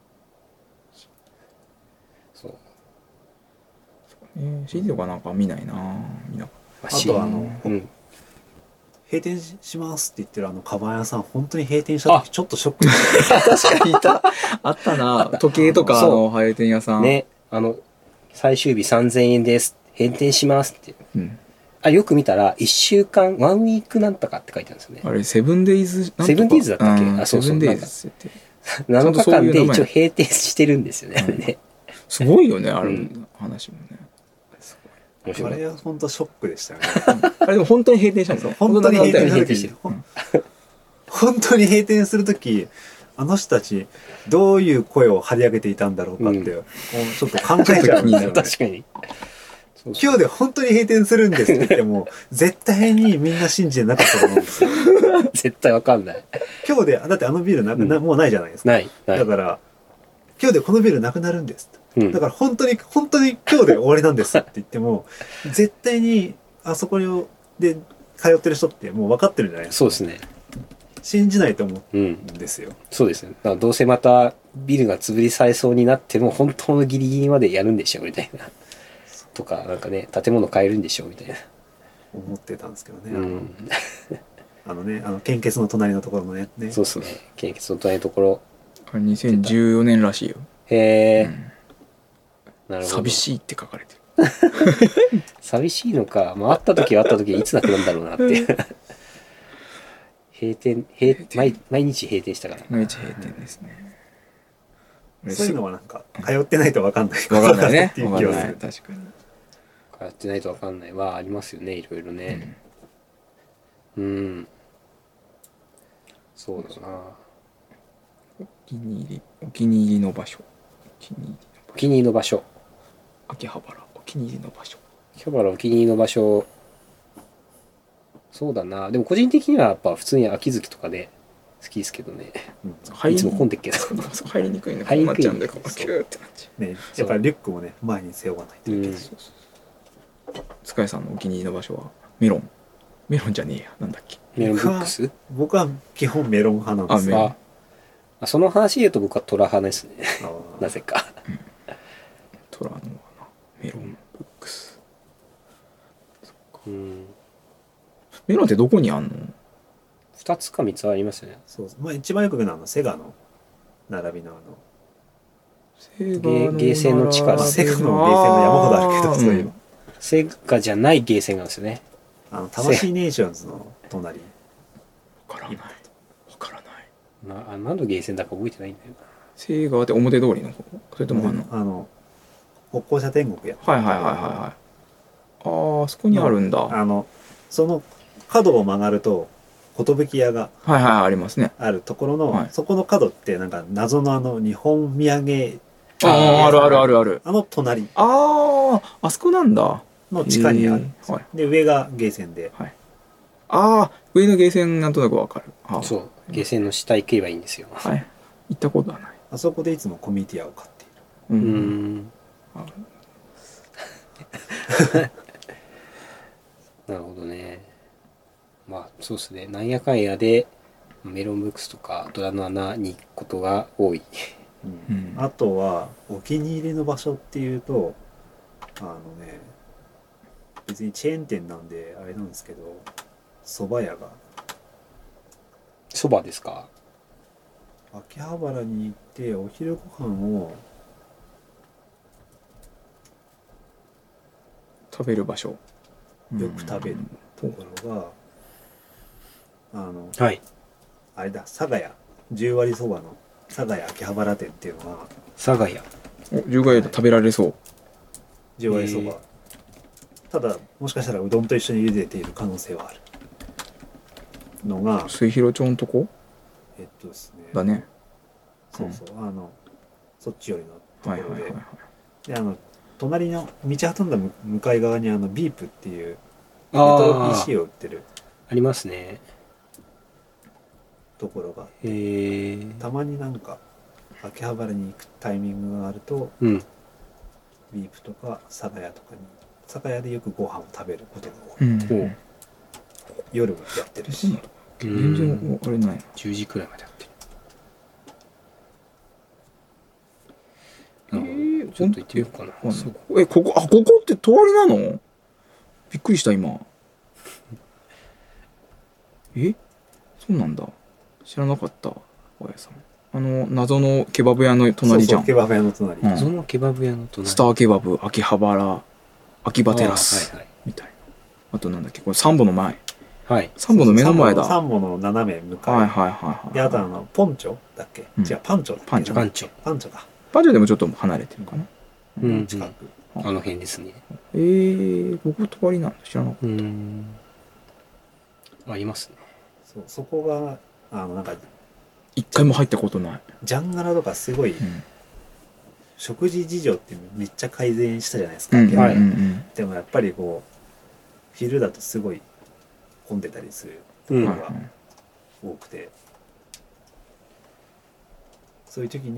そう。 えー、シーディー とかなんか見ないな、見なかっまあとあのうん。 閉店しますって言ってるあのカバン屋さん本当に閉店した時ちょっとショックでした。確かにいた。あったな、時計とかそうの閉店屋さん。 ね、あの、最終日さんぜんえんです。閉店しますって。 うん。 あ、よく見たら、いっしゅうかん、ワンウィークなんとかって書いてあるんですよね。 あれ、セブンデイズなんとか、 セブンデイズだったっけんあそうそうセブンデイズって言って。 なのかかんでちゃんとそういう名前一応閉店してるんですよね、あれね。 すごいよね、あれ、 うん話もね。 面白いたあれは本当ショックでしたよね。 あれでも本当に閉店したんですよ。 本当に閉店する時閉店してるほん本当に閉店する時あの人たちどういう声を張り上げていたんだろうかって、 うんもうちょっと考えちゃうんですよね。 確かに。そうそう今日で本当に閉店するんですって言っても絶対にみんな信じてなかったと思うんですよ。 絶対わかんない。 今日でだってあのビールなくな、 うんもうないじゃないですか。 ない、ない。 だから今日でこのビルなくなるんです、 うん、 だから本当に本当に今日で終わりなんですって言っても絶対にあそこで通ってる人ってもう分かってるじゃないですか。 そうですね。 信じないと思ううんですよ、 そうですね。だからどうせまたビルが潰りされそうになっても本当のギリギリまでやるんでしょみたいなとか、なんかね、建物変えるんでしょみたいな思ってたんですけどね、 うん、 あのねあの献血の隣のところのねねそうですね。献血の隣のところ。 あれにせんじゅうよねんらしいよ。 へえ、 うん、 なるほど。 寂しいって書かれてる。 寂しいのか、まあ、会った時は会った時いつなくなるんだろうなっていう閉店閉毎毎日閉店したから毎日閉店ですね。 そういうのはなんか通ってないと分かんない分かんないね。 っていう気分かんない。 はする。 確かに。 通ってないと分かんないはありますよね、いろいろね。うん、うん、そうだな。 お気に入りお気に入りの場所。お気に入りのお気に入りの場所。 秋葉原お気に入りの場所。 秋葉原お気に入りの場所。そうだな。でも個人的にはやっぱ普通に秋月とかで好きですけどね。 うん、 いつも混んでっけど。 入りにくいね。 入りにくい。 キューってなっちゃう。ね、やっぱりリュックもね前に背負わないといけない。うん、 塚谷さんのお気に入りの場所はメロン。メロンじゃねえや。なんだっけ。 メロンブックス？ 僕は基本メロン派なんですよ。 あ、その話で言うと僕はトラ派ですね。なぜか。 うん、トラのメロンブックス。 うん。 メロンってどこにあんの？ ふたつかみっつありますよね。 そう、まあ一番よく行くのはあのセガの並びのあのセガのゲーセンの地下。 セガのゲーセンの山ほどあるけど、そういうの。 セガじゃないゲーセンがあるんですよね。 あの魂ネーションズの隣。 わからない。わからない。 まあ、何のゲーセンだか覚えてないんだよな。 セガって表通りの方？それともあの、 あの歩行者天国やはいはいはいはいはい。ああ、そこにあるんだ。 あのその角を曲がると寿屋がはいはいありますね。 あるところの、 はい、 そこの角ってなんか謎のあの日本土産あああるあるあるあるあの隣あああそこなんだの地下にある、はい、で上がゲーセンで、 はい、ああ上のゲーセンなんとなくわかる。 そうゲーセンの下行けばいいんですよ。 はい行ったことはない。 あそこでいつもコミュニティアを買っている。うんうんなるほどね。まあそうですね。なんやかんやでメロンブックスとかドラの穴に行くことが多い、 うん、あとはお気に入りの場所っていうとあのね別にチェーン店なんであれなんですけど蕎麦屋が蕎麦ですか。 秋葉原に行ってお昼ご飯を食べる場所よく食べるところがあの、 はい、 あれだ佐賀屋十割そばの佐賀屋秋葉原店っていうのが佐賀屋十割で食べられそう。 十割そばただもしかしたらうどんと一緒に茹でている可能性はあるのが末広町のとこえっとですねだね。 そうそう、うん、あのそっち寄りのところで、 はいはいはいはい、 であの隣の道挟んだ向かい側にあのビープっていうレトロ ピーシー を売ってるありますねところが、 えー、 たまになんか秋葉原に行くタイミングがあると、 うん、 ビープとか酒屋とかに酒屋でよくご飯を食べることが多い、うん、夜もやってるし、 うん、全然あれないなじゅうじくらいまでやってる。えー、ちょっと行ってみようかな。 えここあここって隣なの？びっくりした今。えそうなんだ知らなかったおやさん。あの謎のケバブ屋の隣じゃん。 そうそうケバブ屋の隣、うん、 謎のケバブ屋の隣。 スターケバブ秋葉原秋葉テラス、はいはい、みたいな。あとなんだっけこれサンボの前、 はい、 サンボの目の前だ。 サンボの斜め向かい、 はいはいはいはい、 であとあのポンチョだっけ、うん、違うパンチョパンチョパンチョパンチョだパンチョでもちょっと離れてるかな、 うん、近く、うん、あの辺ですね。 えー、ここ隣なんだ知らなかった。 うんありますね。 そうそこがあのなんか一回も入ったことない。 ジャンガラとかすごい、うん、食事事情ってめっちゃ改善したじゃないですか、 うんはいうんうん、 でもやっぱりこう昼だとすごい混んでたりするところが多くて、うん、そういう時に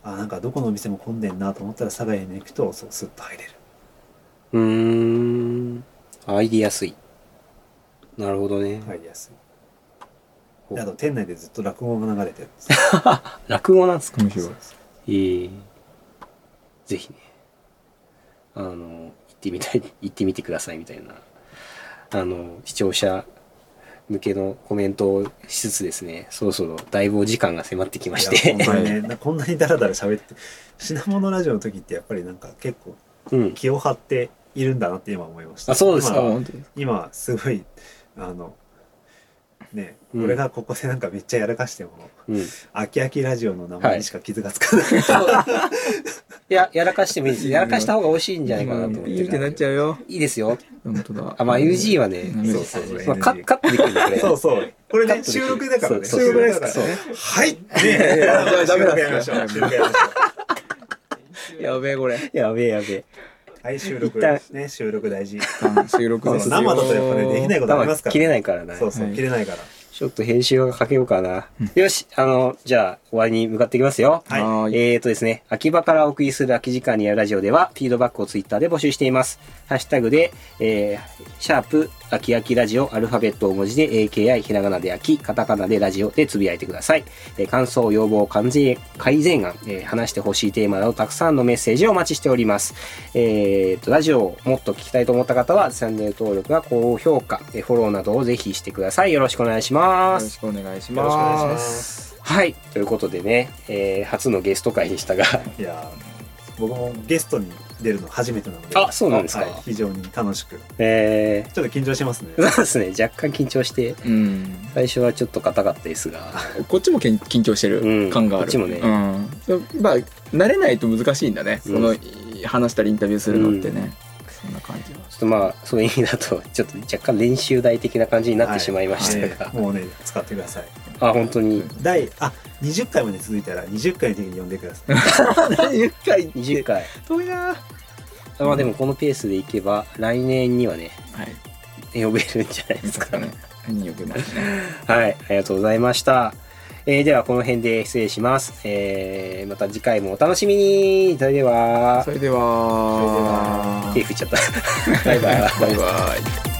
あなんかどこのお店も混んでんなと思ったら佐賀屋に行くとそうスッと入れる。 うーん。入りやすい。なるほどね。 入りやすい。 おであと店内でずっと落語が流れてるんです。 落語なんですか？ 面白い。 ええぜひね、あの、行ってみたい、行ってみてくださいみたいな、あの、視聴者向けのコメントをしつつですね、そろそろだいぶお時間が迫ってきましいやて。 ほんまにね、なこんなにダラダラ喋って品物ラジオの時ってやっぱりなんか結構うん。 気を張っているんだなって今思いました。 あそうですかあ今本当です今すごいあのね、 うん俺がここでなんかめっちゃやらかしてもうん。 あきあきラジオの名前にしか傷がつかない、 いや、やらかしてもいいです。やらかした方が美味しいんじゃないかなと思って。 いいってなっちゃうよ。 いいですよ。 本当だ。 あ、まあ エヌジー はね、 うんそうそうそう、 まあ、カカットできるんで、これ。 そうそうこれねカットできる収録だからねそう収録だからそうねはいねやいやダメなん収録やりましょう収録やりましょやべえこれ。 やべえやべえ。 うはい収録一旦ね収録大事収録ですよ。 生だとやっぱねできないことありますから、 切れないからな。 そうそう、 はい切れないからちょっと編集がかけようかな。よし、あの、じゃあ、終わりに向かっていきますよ。 はいはーい。 えーとですね、秋葉からお送りする空き時間にあるラジオでは、フィードバックをツイッターで募集しています。ハッシュタグで、えー、シャープ、秋秋ラジオ、アルファベット大文字で エーケーアイ、ひらがなで秋、カタカナでラジオでつぶやいてください。えー感想、要望、改善改善案、えー話してほしいテーマなどたくさんのメッセージをお待ちしております。えーと、ラジオをもっと聞きたいと思った方は、チャンネル登録や高評価、えーフォローなどをぜひしてください。よろしくお願いしますよろし。くお願いします。 よろしくお願いしますはい。ということでね、えー初のゲスト会でしたが、 いやー僕もゲストに出るの初めてなのであそうなんですかはい非常に楽しくえちょっと緊張しますねー、そうですね、若干緊張して、 うん。 最初はちょっと硬かったですが、 こっちもけん緊張してうんる感がある。 こっちもねうん。まあ慣れないと難しいんだね。 うんその話したりインタビューするのってね。そんな感じは。 ちょっとまあ、そういう意味だと、ちょっと若干練習台的な感じになってしまいましたが、 はいもうね使ってくださいあ、本当に、 第あにじゅっかいまで続いたらにじゅっかいの時に呼んでくださいゆっかいにじゅっかい。 遠いな。 まあでもこのペースでいけば、来年にはね、 はい。 呼べるんじゃないですかね。 ね。何呼べますね。 はい、ありがとうございました。えーではこの辺で失礼します。えーまた次回もお楽しみに。それではそ、れでは。 それでは手振っちゃった。バイバイ。 バイバイ。